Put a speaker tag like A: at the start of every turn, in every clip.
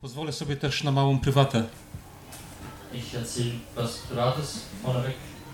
A: Pozwolę sobie też na małą prywatę.
B: Ich erzähle was Privates vorneweg.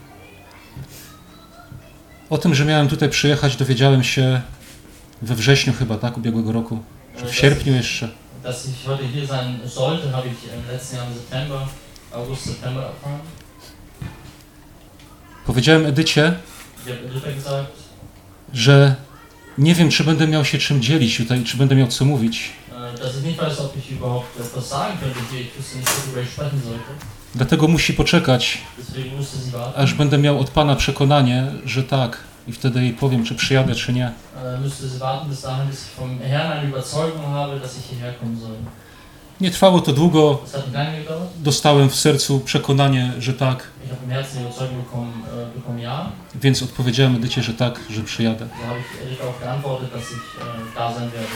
A: O tym, że miałem tutaj przyjechać, dowiedziałem się we wrześniu chyba, tak, ubiegłego roku. Czy w sierpniu jeszcze.
B: Dass ich heute hier sein sollte, habe ich im letzten Jahr im September, August, September erfahren.
A: Powiedziałem Edycie,
B: Ich habe Editha gesagt,
A: że nie wiem, czy będę miał się czym dzielić tutaj, czy będę miał co mówić.
B: dass ich nicht weiß, ob ich überhaupt etwas sagen könnte hier. Ich wüsste nicht, worüber ich sprechen sollte.
A: Dlatego musi poczekać,
B: Deswegen musste sie warten.
A: aż będę miał od Pana przekonanie, że tak. I wtedy jej powiem, czy przyjadę, czy nie.
B: Müsste sie warten bis dahin, bis ich vom Herrn eine Überzeugung habe, dass ich hierher kommen soll.
A: Nie trwało to długo.
B: Das hat nicht lange gedauert.
A: Dostałem w sercu przekonanie, że tak.
B: Ich habe im Herzen die Überzeugung bekommen ja.
A: Więc odpowiedziałem Edycie, że tak, że przyjadę.
B: So habe ich Edith auch geantwortet, dass ich da sein werde.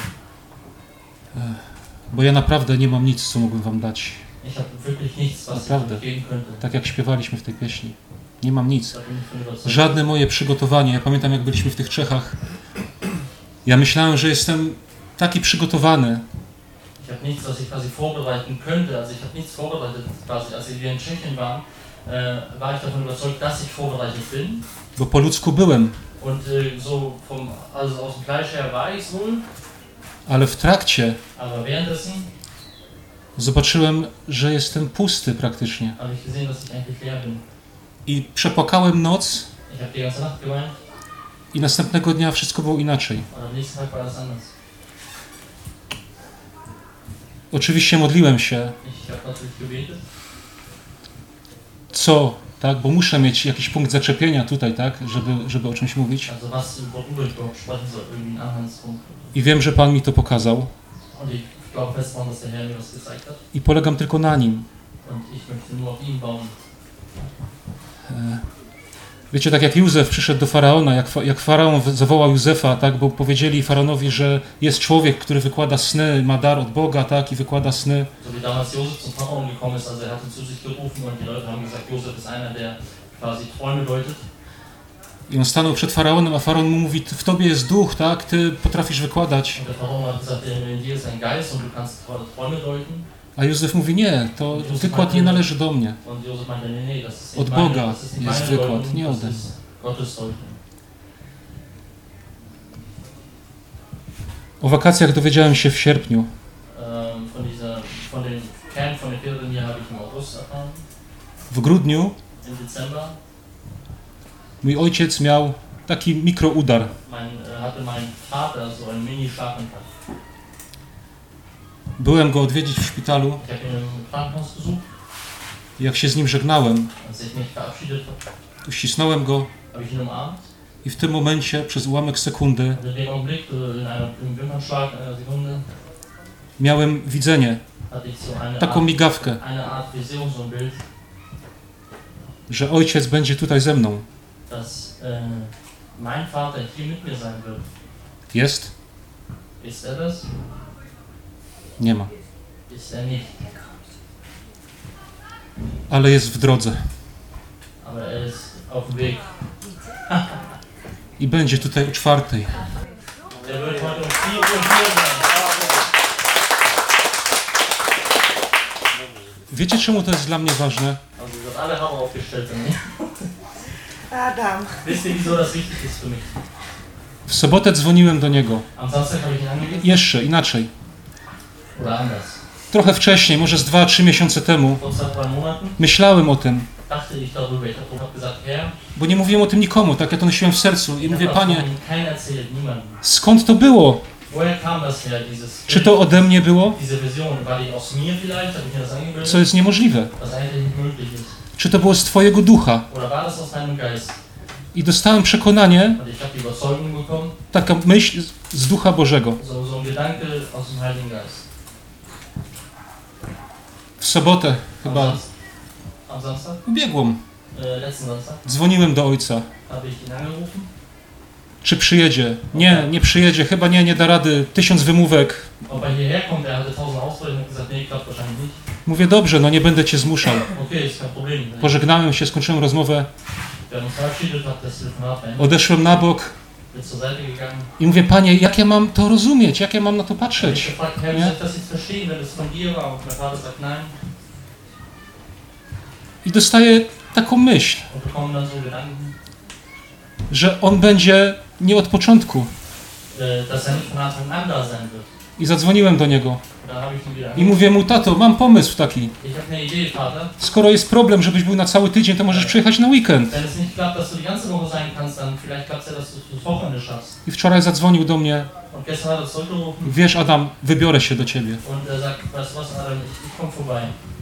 A: Bo ja naprawdę nie mam nic, co mógłbym wam dać.
B: Ich habe wirklich nichts, was
A: Naprawdę.
B: ich geben könnte.
A: Tak jak śpiewaliśmy w tej pieśni. Nie mam nic.
B: Da bin ich von überzeugt.
A: Żadne moje przygotowanie. Ja pamiętam, jak byliśmy w tych Czechach. Ja myślałem, że jestem taki przygotowany.
B: Ich habe nichts, was ich quasi vorbereiten könnte. Also ich habe nichts vorbereitet quasi. Als wir in Tschechien waren, war ich davon überzeugt, dass ich vorbereitet bin.
A: Bo po ludzku byłem.
B: Und also aus dem Fleisch her war ich wohl.
A: Ale w trakcie
B: Aber währenddessen
A: zobaczyłem, że jestem pusty praktycznie.
B: habe ich gesehen, dass ich eigentlich leer bin.
A: I przepłakałem noc
B: Ich habe die ganze Nacht geweint
A: i następnego dnia wszystko było inaczej.
B: und am nächsten Tag war alles anders.
A: Oczywiście modliłem się,
B: Ich habe natürlich gebetet.
A: tak, bo muszę mieć jakiś punkt zaczepienia tutaj, tak, żeby o czymś mówić.
B: Also was, worüber ich überhaupt sprechen soll, irgendwie einen Anhaltspunkt.
A: I wiem, że Pan mi to pokazał.
B: Und ich glaube fest daran, dass der Herr mir was gezeigt hat.
A: I polegam tylko na Nim.
B: Und ich möchte nur auf ihn bauen.
A: Wiecie, tak jak Józef przyszedł do Faraona, jak Faraon zawołał Józefa, tak, bo powiedzieli Faraonowi, że jest człowiek, który wykłada sny, ma dar od Boga, tak, i wykłada sny.
B: So wie damals Josef zum Pharao gekommen ist, also er hat ihn zu sich gerufen und die Leute haben gesagt, Josef ist einer, der quasi Träume deutet.
A: I on stanął przed Faraonem, a Faraon mu mówi, w tobie jest duch, tak, ty potrafisz wykładać.
B: Und der Pharao hat gesagt, in dir ist ein Geist und du kannst Träume deuten.
A: A Józef mówi, nie, to wykład nie należy do mnie.
B: Und Josef meinte, nee, das ist
A: Od
B: nicht meine,
A: Boga
B: das ist nicht
A: jest
B: meine
A: wykład,
B: Deutung,
A: nie
B: das
A: ode mnie.
B: ist Gottes Deutung.
A: O wakacjach dowiedziałem się w sierpniu.
B: Von dem Camp, von den Ferien hier habe ich im August erfahren.
A: W grudniu
B: Im Dezember
A: mój ojciec miał taki mikroudar.
B: hatte mein Vater so einen Mini-Schlaganfall.
A: Byłem go odwiedzić w szpitalu.
B: Ich habe ihn im Krankenhaus besucht.
A: Jak się z nim żegnałem,
B: Als ich mich verabschiedet habe,
A: to ścisnąłem go
B: habe ich ihn umarmt.
A: i w tym momencie, przez ułamek sekundy,
B: Und in dem Augenblick, im Wimpernschlag einer Sekunde,
A: miałem widzenie,
B: hatte ich so
A: taką migawkę,
B: eine Art Vision, so ein Bild,
A: że ojciec będzie tutaj ze mną.
B: dass mein Vater hier mit mir sein wird.
A: Jest?
B: Ist er das?
A: Nie ma.
B: Ist er nicht.
A: Ale jest w drodze.
B: Aber er ist auf dem Weg.
A: I będzie tutaj o 4:00.
B: Er wird heute um 4 Uhr hier sein.
A: Wiecie, czemu to jest dla mnie ważne?
B: Also ihr seid alle Hammer aufgestellt bei mir.
C: Adam.
B: Wisst ihr, wieso das wichtig ist für mich?
A: W sobotę dzwoniłem do niego.
B: Am Samstag habe ich ihn angerufen.
A: Jeszcze inaczej.
B: Oder anders.
A: Trochę wcześniej, może z 2-3 miesiące temu.
B: Vor 2-3 Monaten
A: Myślałem o tym,
B: dachte ich darüber. Ich habe gesagt, Herr,
A: bo nie mówiłem o tym nikomu, tak ja to nosiłem w sercu. I
B: ich
A: mówię,
B: habe
A: Panie,
B: davon keiner erzählt, niemandem.
A: skąd to było?
B: Woher kam das her, dieses
A: Czy to ode mnie było?
B: diese Vision? War die aus mir vielleicht? Habe ich mir das eingebildet?
A: Co jest niemożliwe.
B: Was eigentlich nicht möglich ist.
A: Czy to było z Twojego ducha?
B: Oder war das aus deinem Geist?
A: I dostałem przekonanie,
B: Und ich habe die Überzeugung bekommen,
A: taka myśl z Ducha Bożego.
B: so ein Gedanke aus dem Heiligen Geist.
A: W sobotę chyba
B: Am Samstag,
A: ubiegłą
B: letzten Samstag,
A: dzwoniłem do ojca.
B: habe ich ihn angerufen.
A: Czy przyjedzie? Nie, nie przyjedzie, chyba nie da rady, 1000 wymówek.
B: Ob er hierher kommt, er hatte 1000 Ausreden und gesagt, nee, klappt wahrscheinlich nicht.
A: Mówię, dobrze, no nie będę cię zmuszał.
B: Okay, ist kein Problem.
A: Pożegnałem się, skończyłem rozmowę,
B: Wir haben uns verabschiedet, hat das Telefonat beendet.
A: odeszłem na bok
B: bin zur Seite gegangen.
A: I mówię, Panie, jak ja mam to rozumieć, jak ja mam na to
B: Ich
A: patrzeć?
B: gefragt, Herr, wie
A: Ja?
B: soll ich das jetzt verstehen, wenn es von dir war? Und mein Vater sagt nein.
A: I dostaję taką myśl,
B: Und bekommen dann so Gedanken,
A: że On będzie nie od początku.
B: Dass er nicht von Anfang an da sein wird.
A: I zadzwoniłem do Niego.
B: Da habe ich ihn wieder
A: I mówię mu, tato, mam pomysł taki.
B: Ich habe eine Idee, Vater.
A: Skoro jest problem, żebyś był na cały tydzień, to możesz przyjechać na weekend.
B: Wenn es nicht klappt, dass du die ganze Woche sein kannst, dann vielleicht klappt es ja, dass du das Wochenende schaffst.
A: I wczoraj zadzwonił do mnie.
B: Und gestern hat er zurückgerufen
A: Wiesz, Adam, wybiorę się do Ciebie.
B: und er sagt, weißt du was, Adam, ich komme vorbei.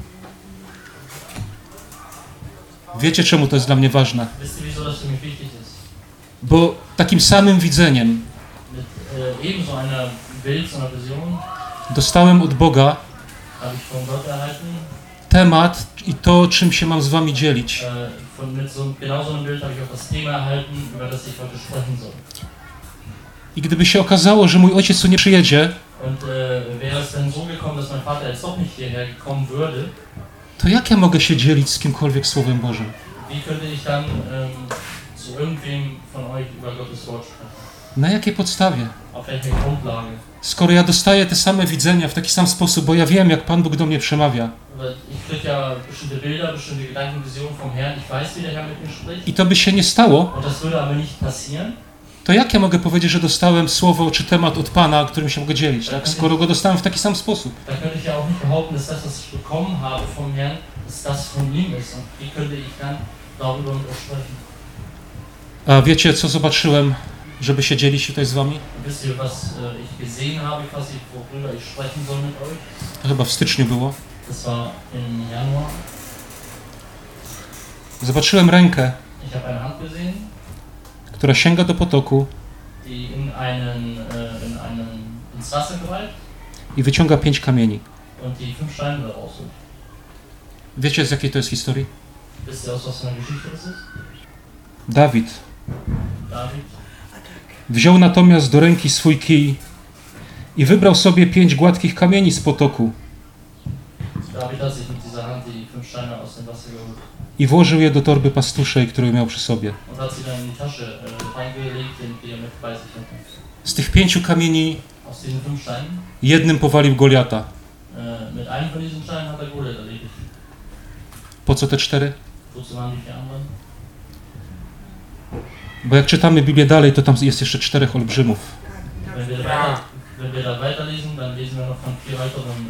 A: Wiecie, czemu to jest dla mnie ważne?
B: Wisst ihr, wieso das für mich wichtig ist?
A: Bo takim samym widzeniem
B: Mit ebenso einer Bild, so einer Vision
A: dostałem od Boga
B: habe ich von Gott erhalten.
A: temat i to, czym się mam z Wami dzielić.
B: Mit genau so einem Bild habe ich auch das Thema erhalten, über das ich heute sprechen soll.
A: I gdyby się okazało, że mój ojciec tu nie przyjedzie,
B: Und wäre es denn so gekommen, dass mein Vater jetzt doch nicht hierher gekommen würde,
A: to jak ja mogę się dzielić z kimkolwiek Słowem Bożym?
B: wie könnte ich dann zu irgendwem von euch über Gottes Wort sprechen?
A: Na jakiej podstawie?
B: Auf welcher Grundlage?
A: Skoro ja dostaję te same widzenia w taki sam sposób, bo ja wiem, jak Pan Bóg do mnie przemawia.
B: Weil ich kriege ja bestimmte Bilder, bestimmte Gedanken, Visionen vom Herrn. Ich weiß, wie der Herr mit mir spricht.
A: I to by się nie stało,
B: Und das würde aber nicht passieren.
A: to jak ja mogę powiedzieć, że dostałem słowo czy temat od Pana, którym się mogę dzielić, tak? Skoro go dostałem w taki sam sposób?
B: Da könnte ich ja auch nicht behaupten, dass das, was ich bekommen habe vom Herrn, dass das von ihm ist. Und wie könnte ich dann darüber mit euch sprechen?
A: A wiecie, co zobaczyłem, żeby się dzielić tutaj z Wami?
B: Und wisst ihr, was ich gesehen habe, quasi, worüber ich sprechen soll mit euch?
A: To chyba w styczniu było.
B: Das war im Januar.
A: Zobaczyłem rękę,
B: Ich habe eine Hand gesehen,
A: która sięga do potoku
B: die ins Wasser geweiht
A: i wyciąga 5 kamieni.
B: und die 5 Steine da rausholt.
A: Wiecie, z jakiej to jest historii?
B: Wisst ihr, aus was für einer Geschichte das ist?
A: Dawid
B: David
A: wziął natomiast do ręki swój kij i wybrał sobie 5 gładkich kamieni z potoku
B: David hat sich mit dieser Hand die 5 Steine aus dem Wasser geholt
A: i włożył je do torby pastuszej, którą miał przy sobie.
B: und hat sie dann in die Tasche reingelegt, die er mit bei sich hatte.
A: Z tych 5 kamieni
B: Aus diesen 5 Steinen,
A: jednym powalił Goliata.
B: mit einem von diesen Steinen hat er Goliath erledigt.
A: Po co te 4?
B: Wozu waren die 4 anderen?
A: Bo jak czytamy Biblię dalej, to tam jest jeszcze 4 olbrzymów.
B: Wenn wir da weiterlesen, dann lesen wir noch von 4 weiteren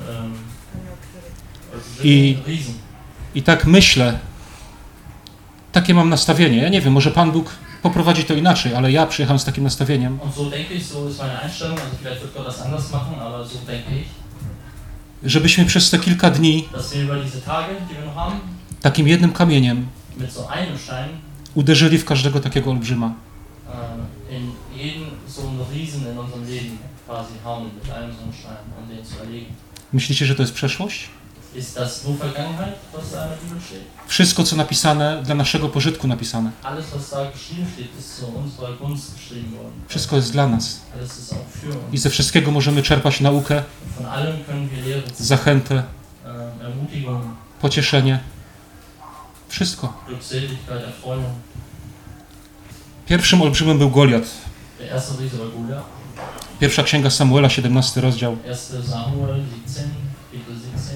B: Riesen.
A: I tak myślę, takie mam nastawienie. Ja nie wiem, może Pan Bóg poprowadzi to inaczej, ale ja przyjechałem z takim nastawieniem,
B: Und so denke ich, so ist meine Einstellung, also vielleicht wird Gott das anders machen, aber so denke ich,
A: żebyśmy przez te kilka dni
B: dass wir über diese Tage, die wir noch haben,
A: takim jednym kamieniem
B: mit so einem Stein
A: uderzyli w każdego takiego olbrzyma.
B: in jeden so einen Riesen in unserem Leben quasi hauen, mit einem so einen Stein, um den zu erlegen.
A: Myślicie, że to jest przeszłość?
B: Ist das nur Vergangenheit, was da in der Bibel steht?
A: Wszystko, co napisane, dla naszego pożytku napisane.
B: Alles, was da geschrieben steht, ist zu unserer Gunst geschrieben worden.
A: Wszystko jest dla nas.
B: Alles ist auch für
A: I
B: uns.
A: ze wszystkiego możemy czerpać naukę,
B: Von allem können wir Lehre ziehen,
A: zachętę,
B: Ermutigung,
A: pocieszenie. Wszystko.
B: Glückseligkeit, Erfreuung.
A: Pierwszym olbrzymem był Goliat.
B: Der erste Riese war Goliath.
A: Pierwsza księga Samuela, 17 rozdział.
B: 1. Samuel 17, Kapitel 17.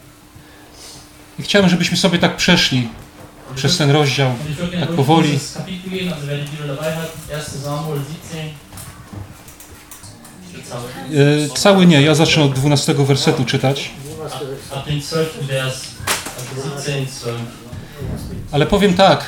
A: I chciałem, żebyśmy sobie tak przeszli przez ten rozdział,
B: Und ich würde gerne
A: tak
B: durch
A: powoli.
B: dieses Kapitel gehen, also wer die Bibel dabei hat, 1. Samuel 17.
A: Cały nie, ja zacznę od 12 wersetu czytać.
B: Ab dem 12. Vers, also 17, 12.
A: Ale powiem tak,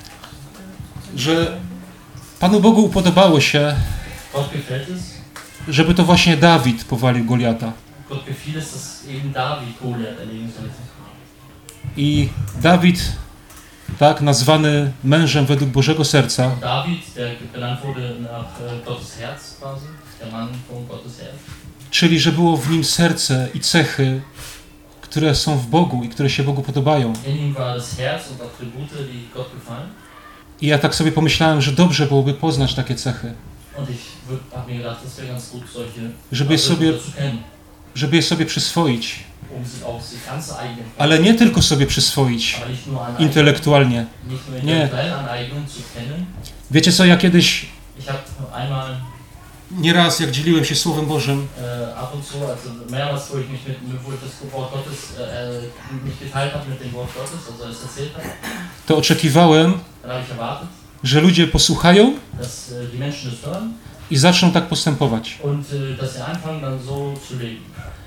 A: że Panu Bogu upodobało się,
B: Gott gefällt es.
A: żeby to właśnie Dawid powalił Goliata.
B: Gott gefiel es, dass eben David Goliath erlegen sollte.
A: I Dawid, tak nazwany mężem według Bożego serca,
B: David, der benannt wurde nach Gottes Herz quasi, der Mann von Gottes Herz.
A: czyli że było w nim serce i cechy, które są w Bogu i które się Bogu podobają.
B: In ihm war das Herz und Attribute, die Gott gefallen.
A: I ja tak sobie pomyślałem, że dobrze byłoby poznać takie cechy,
B: Und ich habe mir gedacht, das wäre ganz gut, solche
A: żeby
B: Attribute zu kennen,
A: je sobie przyswoić.
B: sie auch sich anzueignen.
A: Ale nie tylko sobie przyswoić
B: Aber nicht nur aneignen,
A: intelektualnie.
B: nicht nur
A: Nie.
B: intellektuell aneignen, zu kennen.
A: Wiecie co, ja kiedyś
B: Ich habe einmal
A: Nieraz, jak dzieliłem się Słowem Bożym,
B: ab und zu, also mehrmals, wo ich das Wort Gottes mich geteilt habe mit dem Wort Gottes, also es erzählt habe,
A: to oczekiwałem,
B: dann habe ich erwartet,
A: że ludzie posłuchają
B: dass die Menschen das hören
A: i zaczną tak postępować.
B: und dass sie anfangen, dann so zu leben.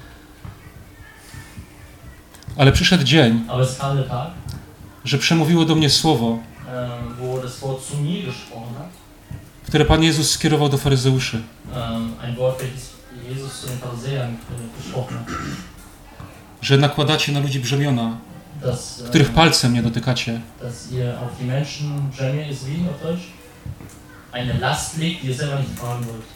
A: Ale przyszedł dzień,
B: Aber es kam der Tag,
A: że przemówiło do mnie słowo,
B: wo das Wort zu mir gesprochen hat.
A: które Pan Jezus skierował do faryzeuszy.
B: Ein Wort, welches Jesus zu den Pharisäern gesprochen hat.
A: Że nakładacie na ludzi brzemiona,
B: Dass,
A: których palcem nie dotykacie.
B: dass ihr auf die Menschen, Jamie ist wie auf Deutsch, eine Last legt, die ihr selber nicht tragen wollt.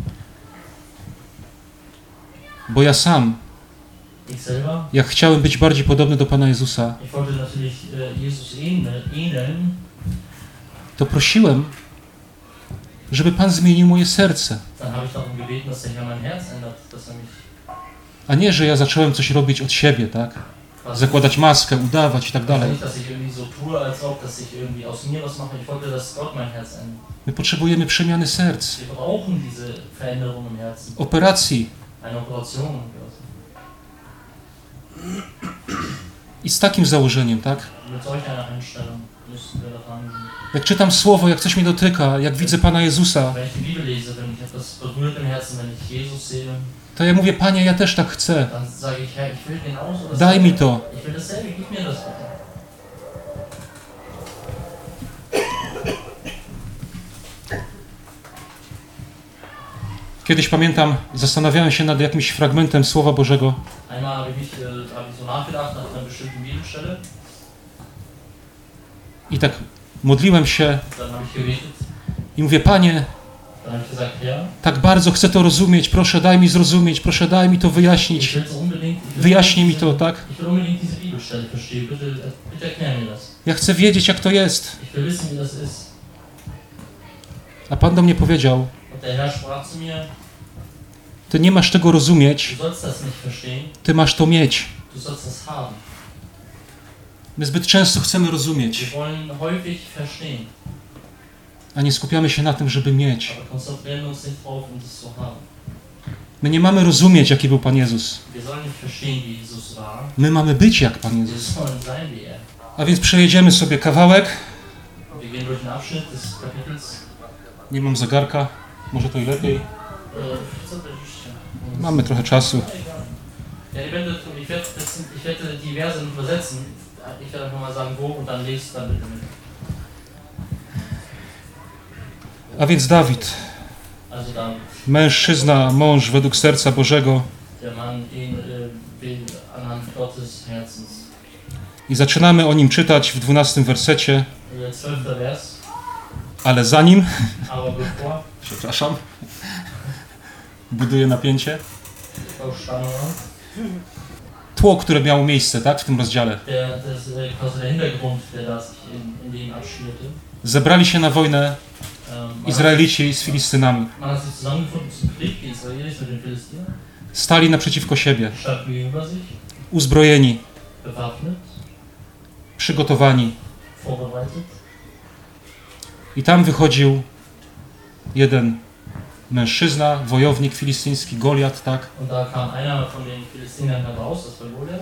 A: Bo ja sam,
B: Ich selber,
A: jak chciałem być bardziej podobny do Pana Jezusa,
B: ich wollte natürlich Jesus ähneln,
A: to prosiłem, żeby Pan zmienił moje serce.
B: dann habe ich darum gebeten, dass der Herr mein Herz ändert, dass er mich
A: A nie, że ja zacząłem coś robić od siebie, tak? Zakładać maskę, udawać i tak dalej.
B: nicht, dass ich irgendwie so tue, als ob, dass ich irgendwie aus mir was mache. Ich wollte, dass Gott mein Herz ändert.
A: My potrzebujemy przemiany serc,
B: Wir brauchen diese Veränderung im Herzen.
A: operacji.
B: Eine Operation.
A: I z takim założeniem, tak?
B: Mit solch einer Einstellung müssen wir daran gehen.
A: Jak czytam Słowo, jak coś mnie dotyka, jak widzę Pana Jezusa,
B: Wenn ich die Bibel lese, wenn mich etwas berührt im Herzen, wenn ich Jesus sehe,
A: to ja mówię, Panie, ja też tak chcę.
B: dann sage ich, Herr, ich will genauso dasselbe.
A: Daj mi to.
B: Ich will dasselbe, gib mir das bitte.
A: Kiedyś pamiętam, zastanawiałem się nad jakimś fragmentem Słowa Bożego
B: Einmal habe ich so nachgedacht nach einer bestimmten Bibelstelle,
A: i tak modliłem się
B: dann habe ich gebetet,
A: i mówię, Panie,
B: dann habe ich gesagt, Herr,
A: tak bardzo chcę to rozumieć, proszę daj mi zrozumieć, proszę daj mi to
B: ich
A: wyjaśnić,
B: will unbedingt,
A: wyjaśnij mi to, tak?
B: Ich will unbedingt diese Bibelstelle verstehen. Bitte erklär mir das.
A: Ja chcę wiedzieć, jak to jest.
B: Ich will wissen, wie das ist.
A: A Pan do mnie powiedział,
B: Und der Herr sprach zu mir,
A: ty nie masz tego rozumieć,
B: du sollst das nicht verstehen,
A: ty masz to mieć.
B: du sollst das haben.
A: My zbyt często chcemy
B: Wir
A: rozumieć,
B: wollen häufig verstehen,
A: a nie skupiamy się na tym, żeby mieć.
B: aber konzentrieren uns nicht drauf, um das zu haben.
A: My nie mamy rozumieć, jaki był Pan Jezus.
B: Wir sollen nicht verstehen, wie Jesus war.
A: My mamy być jak Pan
B: Wir
A: Jezus.
B: sollen sein wie er.
A: A więc przejedziemy sobie kawałek.
B: Wir gehen durch den Abschnitt des Kapitels.
A: Nie mam zegarka, może to i lepiej.
B: Co to jeszcze?
A: Mamy trochę czasu.
B: Ja, ich werde die Verse nicht übersetzen. Ich werde einfach mal sagen, wo und dann lest dann bitte mit.
A: A więc Dawid,
B: Also David,
A: mężczyzna, mąż według serca Bożego.
B: der Mann will anhand Gottes Herzens.
A: I zaczynamy o nim czytać w 12 wersecie,
B: Der 12. Vers.
A: ale zanim,
B: Aber bevor,
A: przepraszam, buduję napięcie,
B: auf Spannung auf,
A: tło, które miało miejsce, tak, w tym rozdziale.
B: das ist quasi der Hintergrund, der da sich in dem abspielte.
A: Zebrali się na wojnę Izraelici z Filistynami.
B: Man hat sich zusammengefunden zum Krieg, die Israelis mit den Philistinen,
A: Stali naprzeciwko siebie,
B: standen gegenüber sich,
A: uzbrojeni,
B: bewaffnet,
A: przygotowani.
B: vorbereitet.
A: I tam wychodził jeden mężczyzna, wojownik filistyński, Goliat, tak?
B: Und da kam einer von den Philistinen heraus, das war Goliath,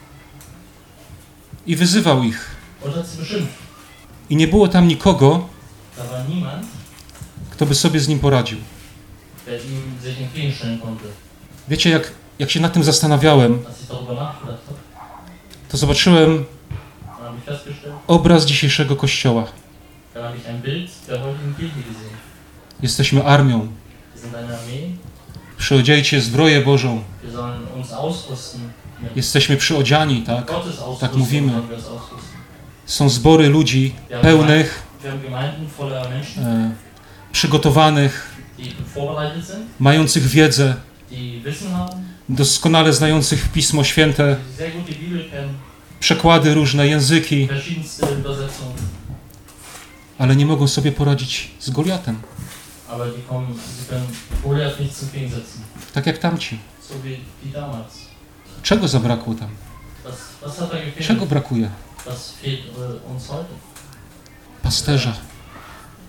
A: I wyzywał ich.
B: und hat sie beschimpft.
A: I nie było tam nikogo,
B: Da war niemand,
A: kto by sobie z nim poradził.
B: der ihm sich entgegenstellen konnte.
A: Wiecie, jak się nad tym zastanawiałem,
B: Als ich darüber nachgedacht habe,
A: to zobaczyłem
B: dann habe ich festgestellt,
A: obraz dzisiejszego Kościoła.
B: dann habe ich ein Bild der heutigen Kirche gesehen.
A: Jesteśmy armią.
B: Wir sind eine Armee,
A: Przyodziejcie zbroję Bożą.
B: wir sollen uns ausrüsten. Mit
A: Jesteśmy przyodziani, tak?
B: Gottes Ausrüstung
A: Tak mówimy.
B: sollen wir es ausrüsten.
A: Są zbory ludzi pełnych,
B: Wir haben Gemeinden voller Menschen,
A: przygotowanych,
B: die vorbereitet sind,
A: mających wiedzę,
B: die Wissen haben,
A: doskonale znających Pismo Święte,
B: die sehr gut die Bibel kennen,
A: przekłady różne, języki,
B: verschiedenste Übersetzungen.
A: ale nie mogą sobie poradzić z Goliatem,
B: Aber sie können Goliath nicht zum King setzen.
A: tak jak tamci.
B: So wie damals.
A: Czego zabrakło tam?
B: Was hat da gefehlt?
A: Czego brakuje?
B: Was fehlt uns heute?
A: Pasterza.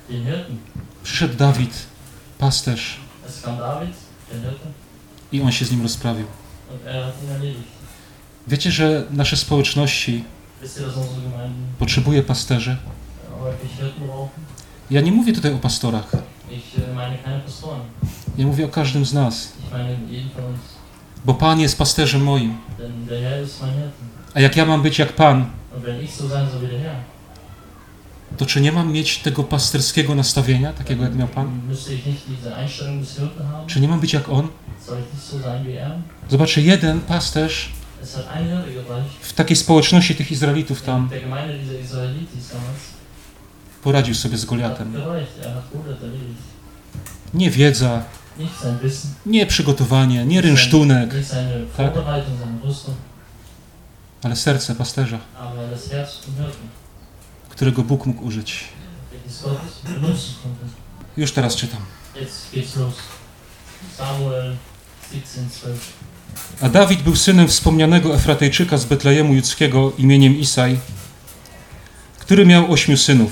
B: den Hirten.
A: Przyszedł Dawid, pasterz,
B: Es kam David, der Hirte,
A: i on się z nim rozprawił.
B: und er hat ihn erledigt.
A: Wiecie, że nasze społeczności
B: Wisst ihr, dass unsere Gemeinden
A: potrzebuje pasterzy?
B: häufig Hirten brauchen?
A: Ja nie mówię tutaj o pastorach.
B: Ich meine keine Pastoren.
A: Ja mówię o każdym z nas.
B: Ich meine jeden von uns.
A: Bo Pan jest pasterzem moim.
B: Denn der Herr ist mein Hirten.
A: A jak ja mam być jak Pan,
B: Und wenn ich so sein soll wie der Herr,
A: to czy nie mam mieć tego pasterskiego nastawienia, takiego jak miał Pan?
B: müsste ich nicht diese Einstellung des Hirten haben?
A: Czy nie mam być jak On?
B: Soll ich nicht so sein wie er?
A: Zobaczcie, jeden pasterz
B: Es hat ein Hirte gereicht.
A: w takiej społeczności tych Izraelitów
B: In
A: tam
B: der Gemeinde dieser Israelitis damals
A: poradził sobie z
B: hat
A: Goliatem.
B: gereicht. Er hat Goliath erledigt.
A: Nie wiedza,
B: Nicht sein Wissen,
A: nie przygotowanie, nie rynsztunek,
B: nicht seine
A: Tak.
B: Vorbereitung, seine Rüstung,
A: ale serce pasterza,
B: aber das Herz vom Hirten,
A: którego Bóg mógł użyć.
B: welches Gott benutzen konnte.
A: Już teraz czytam.
B: Jetzt geht's los. Samuel 17:12.
A: A Dawid był synem wspomnianego Efratejczyka z Betlejemu Judzkiego imieniem Isaj, który miał 8 synów.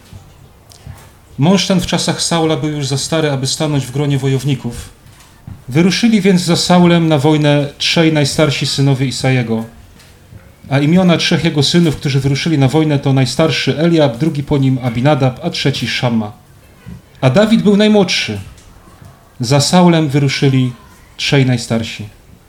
A: Mąż ten w czasach Saula był już za stary, aby stanąć w gronie wojowników. Wyruszyli więc za Saulem na wojnę 3 najstarsi synowie Isajego. A imiona 3 jego synów, którzy wyruszyli na wojnę, to najstarszy Eliab, drugi po nim Abinadab, a trzeci Szamma. A Dawid był najmłodszy. Za Saulem wyruszyli 3 najstarsi.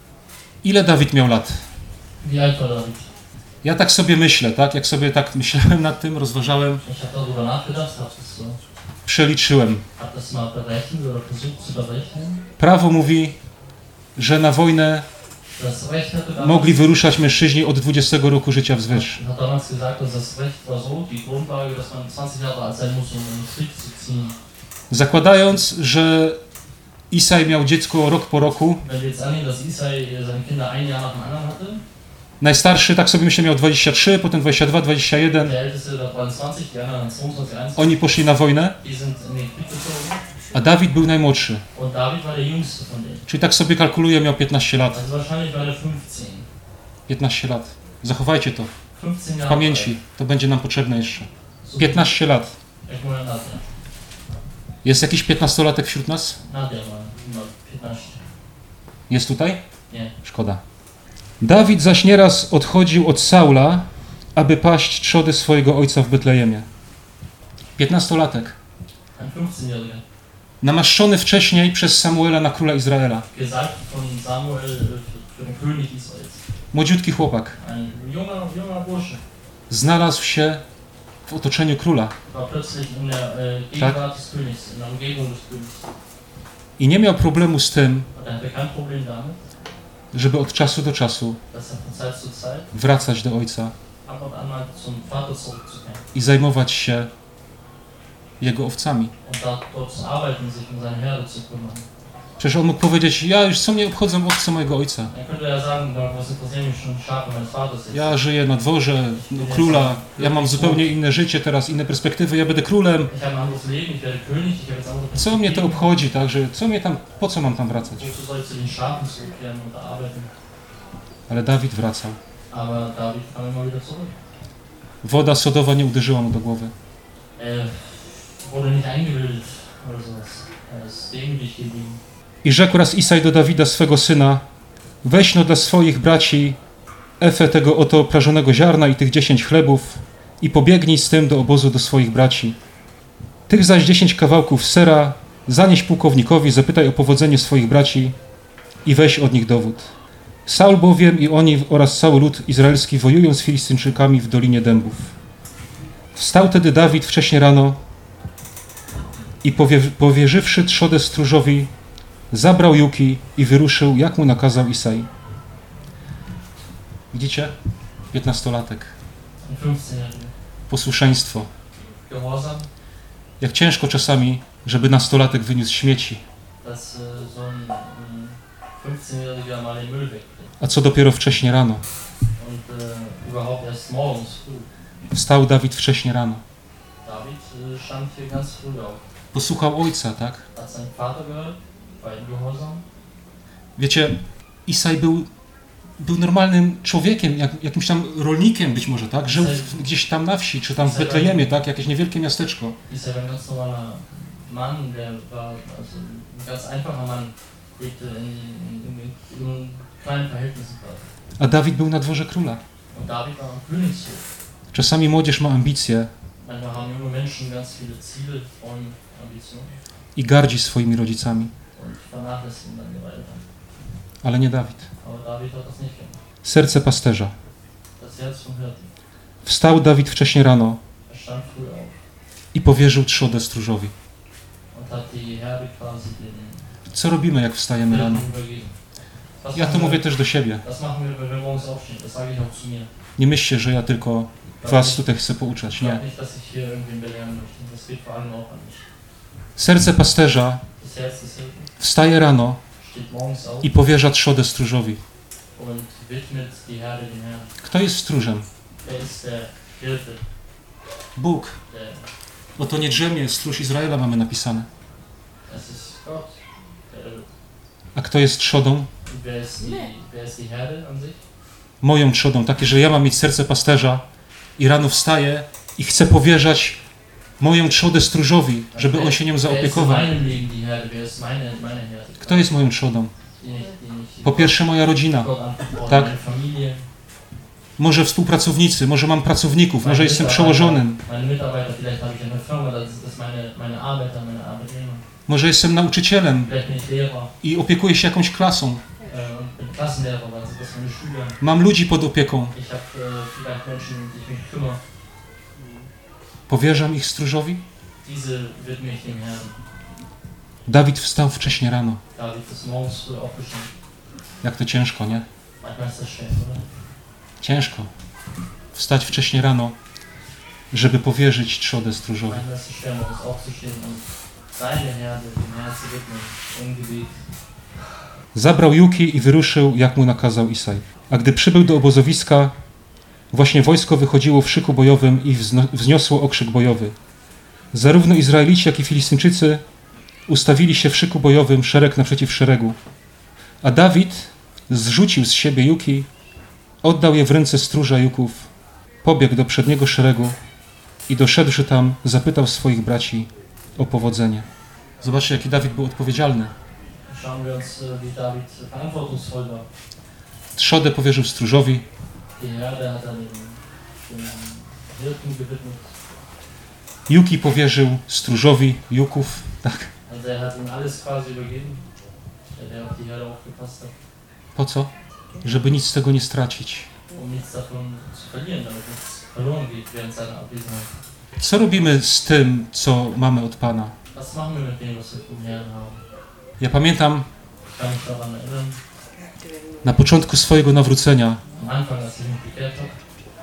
A: Ile Dawid miał lat?
B: Wie alt war David?
A: Ja tak sobie myślę, tak? Jak sobie tak myślałem nad tym, rozważałem,
B: Ich habe darüber nachgedacht, habe das so,
A: przeliczyłem.
B: habe das mal berechnet oder versucht zu berechnen.
A: Prawo mówi, że na wojnę
B: Das Recht hatte damals,
A: mogli wyruszać mężczyźni od 20 roku życia wzwyż.
B: hat damals gesagt, dass das Recht war so, die Grundlage, dass man 20 Jahre alt sein muss, um in den Krieg zu ziehen.
A: Zakładając, że Isaj miał dziecko rok po roku,
B: Wenn wir jetzt annehmen, dass Isai seine Kinder ein Jahr nach dem anderen hatte,
A: najstarszy, tak sobie myślę, miał 23, potem 22, 21.
B: der Älteste da 22, die anderen 22, 21,
A: Oni poszli na wojnę,
B: die sind in den Krieg gezogen.
A: a Dawid był najmłodszy.
B: Und David war der Jüngste von denen.
A: Czyli tak sobie kalkuluję, miał 15 lat.
B: Also wahrscheinlich war der 15.
A: 15 lat. Zachowajcie to
B: 15
A: w
B: Jahre
A: pamięci. To będzie nam potrzebne jeszcze.
B: alt.
A: 15 lat.
B: Jak moja Nadia.
A: Jest jakiś 15-latek wśród nas?
B: Nadia ma 15.
A: Jest tutaj?
B: Nie.
A: Szkoda. Dawid zaś nieraz odchodził od Saula, aby paść trzody swojego ojca w Betlejemie. 15-latek.
B: Ein 15-Jähriger.
A: Namaszczony wcześniej przez Samuela na króla Izraela.
B: Gesagt von Samuel für den König Israels.
A: Młodziutki chłopak.
B: Ein junger Bursche.
A: Znalazł się w otoczeniu króla
B: War plötzlich in der Gegenwart des Königs, in der Umgebung des Königs.
A: i nie miał problemu z tym,
B: Und er hatte kein Problem damit,
A: żeby od czasu do czasu
B: dass er von Zeit zu Zeit
A: wracać do ojca
B: ab und an mal zum Vater zurückzukehren.
A: i zajmować się jego owcami.
B: Und dort zu arbeiten, sich um seine Herde zu kümmern.
A: Przecież on mógł powiedzieć, ja już co mnie obchodzą owce mojego ojca.
B: Er könnte ja sagen, was interessieren mich schon die Schafe meines Vaters jetzt.
A: Ja żyję na dworze króla, ja mam zupełnie inne życie teraz, inne perspektywy, ja będę królem.
B: Ich habe ein anderes Leben, ich werde König, ich habe jetzt andere
A: Co mnie to obchodzi, także co mnie tam, po co mam tam wracać?
B: Wozu soll ich zu den Schafen zurückkehren und da arbeiten?
A: Ale Dawid wracał.
B: Aber David kam immer wieder zurück.
A: Woda sodowa nie uderzyła mu do głowy.
B: Er wurde nicht eingebildet oder sowas. Er ist demütig geblieben.
A: I rzekł raz Isaj do Dawida, swego syna, weź no dla swoich braci efę tego oto prażonego ziarna i tych 10 chlebów i pobiegnij z tym do obozu do swoich braci. Tych zaś 10 kawałków sera zanieś pułkownikowi, zapytaj o powodzenie swoich braci i weź od nich dowód. Saul bowiem i oni oraz cały lud izraelski wojują z Filistyńczykami w Dolinie Dębów. Wstał tedy Dawid wcześnie rano i powierzywszy trzodę stróżowi, zabrał juki i wyruszył, jak mu nakazał Isaj. Widzicie? 15-latek.
B: Ein 15-Jähriger.
A: Posłuszeństwo.
B: Gehorsam,
A: Jak ciężko czasami, żeby nastolatek wyniósł śmieci.
B: dass so ein 15-Jähriger mal den Müll wegbringt.
A: A co dopiero wcześnie rano.
B: Und überhaupt erst morgens früh.
A: Wstał Dawid wcześnie rano.
B: David stand hier ganz früh auf.
A: Posłuchał ojca, tak?
B: Hat seinen Vater gehört, war ihm gehorsam.
A: Wiecie, Isaj był był normalnym człowiekiem, jakimś tam rolnikiem być może, tak? Żył gdzieś tam na wsi, czy tam w Betlejemie, tak? Jakieś niewielkie miasteczko.
B: Ist ein ganz normaler Mann, der war also ein ganz einfacher Mann, lebte in kleinen Verhältnissen quasi.
A: A Dawid był na dworze króla.
B: Und David war am Königshof.
A: Czasami młodzież ma ambicje
B: Manchmal haben junge Menschen ganz viele Ziele, Träume, Ambitionen
A: i gardzi swoimi rodzicami,
B: und vernachlässigen dann ihre Eltern.
A: ale nie Dawid.
B: Aber David hat das nicht gemacht.
A: Serce pasterza.
B: Das Herz vom Hirten.
A: Wstał Dawid wcześnie rano
B: Er stand früh auf
A: i powierzył trzodę stróżowi.
B: und hat die Herde quasi den
A: Co robimy, jak wstajemy rano?
B: Hirten übergeben. Das
A: Ja to
B: machen
A: mówię
B: wir-
A: też do siebie.
B: Das machen wir, wenn wir morgens aufstehen. Das sage ich auch zu mir.
A: Nie myślcie, że ja tylko was tutaj chcę pouczać.
B: Ich
A: Nie.
B: glaube nicht, dass ich hier irgendwen belehren möchte. Das geht vor allem auch an mich.
A: Serce pasterza
B: Das Herz des Hirten
A: wstaje rano
B: steht morgens auf
A: i powierza trzodę stróżowi.
B: und widmet die Herde dem Herrn.
A: Kto jest stróżem?
B: Wer ist der Hirte?
A: Bóg.
B: Der,
A: Oto nie drzemie, stróż Izraela mamy napisane.
B: das ist Gott. Der,
A: A kto jest trzodą?
B: und wer ist die Herde an sich?
A: Moją trzodą. Takie, że ja mam mieć serce pasterza i rano wstaję i chcę powierzać moją trzodę stróżowi, żeby on się nią
B: Wer ist in
A: zaopiekował.
B: meinem Leben die Herde? Wer ist meine Herde?
A: Kto jest moją trzodą?
B: Den ich
A: Po pierwsze moja rodzina.
B: Gott anvertraue,
A: Tak.
B: meine Familie,
A: Może współpracownicy, może mam pracowników, może
B: meine
A: jestem
B: Mitarbeiter,
A: przełożonym,
B: meine Mitarbeiter, vielleicht habe ich eine Firma, das ist meine Arbeiter, meine Arbeitnehmer.
A: może jestem nauczycielem
B: Vielleicht bin ich Lehrer
A: i opiekuję się jakąś klasą.
B: und bin Klassenlehrer, also das sind meine Schüler.
A: Mam ludzi pod opieką.
B: Ich habe vielleicht Menschen, um die ich mich kümmere.
A: Powierzam ich stróżowi?
B: Diese widme ich dem Herrn.
A: Dawid wstał wcześnie rano.
B: David ist morgens früh aufgestanden.
A: Jak to ciężko, nie?
B: Manchmal ist das schwer, oder?
A: Ciężko. Wstać wcześnie rano, żeby powierzyć trzodę stróżowi.
B: Manchmal ist es schwer, morgens aufzustehen und seine Herde dem Herrn zu widmen, im Gebet.
A: Zabrał Juki i wyruszył, jak mu nakazał Isaj. A gdy przybył do obozowiska, właśnie wojsko wychodziło w szyku bojowym i wzniosło okrzyk bojowy. Zarówno Izraelici, jak i Filistyńczycy ustawili się w szyku bojowym szereg naprzeciw szeregu. A Dawid zrzucił z siebie Juki, oddał je w ręce stróża Juków, pobiegł do przedniego szeregu i doszedłszy tam, zapytał swoich braci o powodzenie. Zobaczcie, jaki Dawid był odpowiedzialny.
B: Schauen wir uns, wie David verantwortungsvoll war.
A: Trzodę powierzył stróżowi,
B: Die Herde hat er den Hirten gewidmet.
A: Juki powierzył stróżowi Juków, tak.
B: Also er hat ihm alles quasi übergeben, der auf die Herde aufgepasst hat,
A: Po co? Żeby nic z tego nie stracić.
B: um nichts davon zu verlieren, damit nichts verloren geht während seiner Abwesenheit.
A: Co robimy z tym, co mamy od Pana?
B: Was machen wir mit dem, was wir vom Herrn haben?
A: Ja pamiętam
B: Ich kann mich daran erinnern,
A: na początku swojego nawrócenia
B: am Anfang, als ich mich bekehrt habe,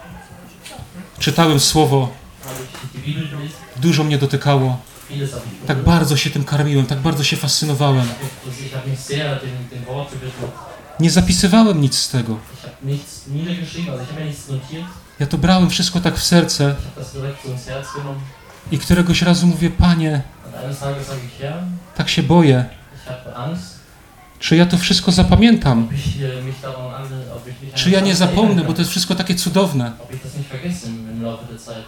A: czytałem słowo,
B: habe ich die Bibel gelesen,
A: dużo mnie dotykało,
B: vieles habe ich
A: tak
B: berührt.
A: bardzo się tym karmiłem, tak bardzo się fascynowałem.
B: Ich habe mich sehr dem Wort gewidmet.
A: Nie zapisywałem nic z tego.
B: Ich habe nichts niedergeschrieben, also ich habe mir nichts notiert.
A: Ja to brałem wszystko tak w serce
B: Ich habe das direkt so ins Herz genommen.
A: i któregoś razu mówię, Panie,
B: Und eines Tages sage ich, Herr,
A: tak się boję,
B: ich habe Angst,
A: czy ja to wszystko zapamiętam,
B: ob ich mich daran an, ob ich mich an
A: czy ja
B: das
A: nie
B: erinnern
A: zapomnę,
B: kann.
A: bo to jest wszystko takie cudowne.
B: Ob ich das nicht vergesse im Laufe der Zeit.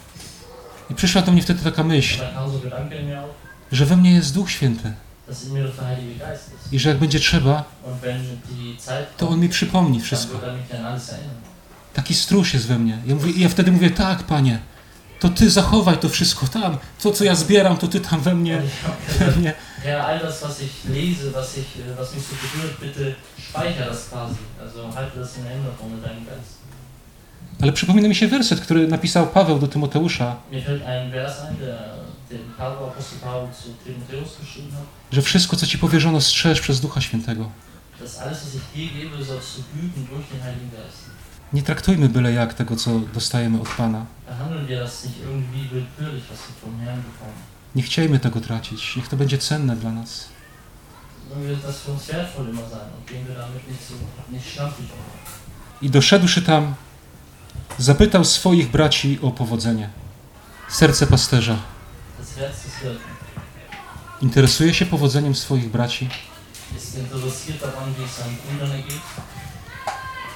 A: I przyszła do mnie wtedy taka myśl,
B: Da kam so ein Gedanke in mir auf,
A: że we mnie jest Duch Święty
B: dass in mir der Heilige Geist ist.
A: i że jak będzie trzeba,
B: Und wenn die Zeit
A: to
B: kommt,
A: On mi przypomni
B: dann
A: wszystko.
B: wird er mich an alles erinnern.
A: Taki stróż jest we mnie. Ja wtedy mówię, tak, Panie, to Ty zachowaj to wszystko tam. To, co ja zbieram, to Ty tam we mnie.
B: Und ich habe
A: we mnie.
B: Herr, all das, was ich lese, was mich so berührt, bitte speichere das quasi. Also halte das in Erinnerung in deinem Geist.
A: Ale przypomina mi się werset, który napisał Paweł do Tymoteusza,
B: Mir fällt ein Vers ein, den Apostel Paul zu Timotheus geschrieben hat.
A: że wszystko, co Ci powierzono, strzeż przez Ducha Świętego.
B: Dass alles, was ich dir gebe, sollst du hüten durch den Heiligen Geist.
A: Nie traktujmy byle jak tego, co dostajemy od Pana.
B: Behandeln wir das nicht irgendwie willkürlich, was wir vom Herrn bekommen.
A: Nie chciejmy tego tracić. Niech to będzie cenne dla nas.
B: Dann wird das für uns wertvoll immer sein und gehen wir damit nicht schlampig um.
A: I doszedłszy tam, zapytał swoich braci o powodzenie. Serce pasterza
B: Das Herz des Hirten
A: interesuje się powodzeniem swoich braci.
B: ist interessiert daran, wie es seinen Brüdern ergeht.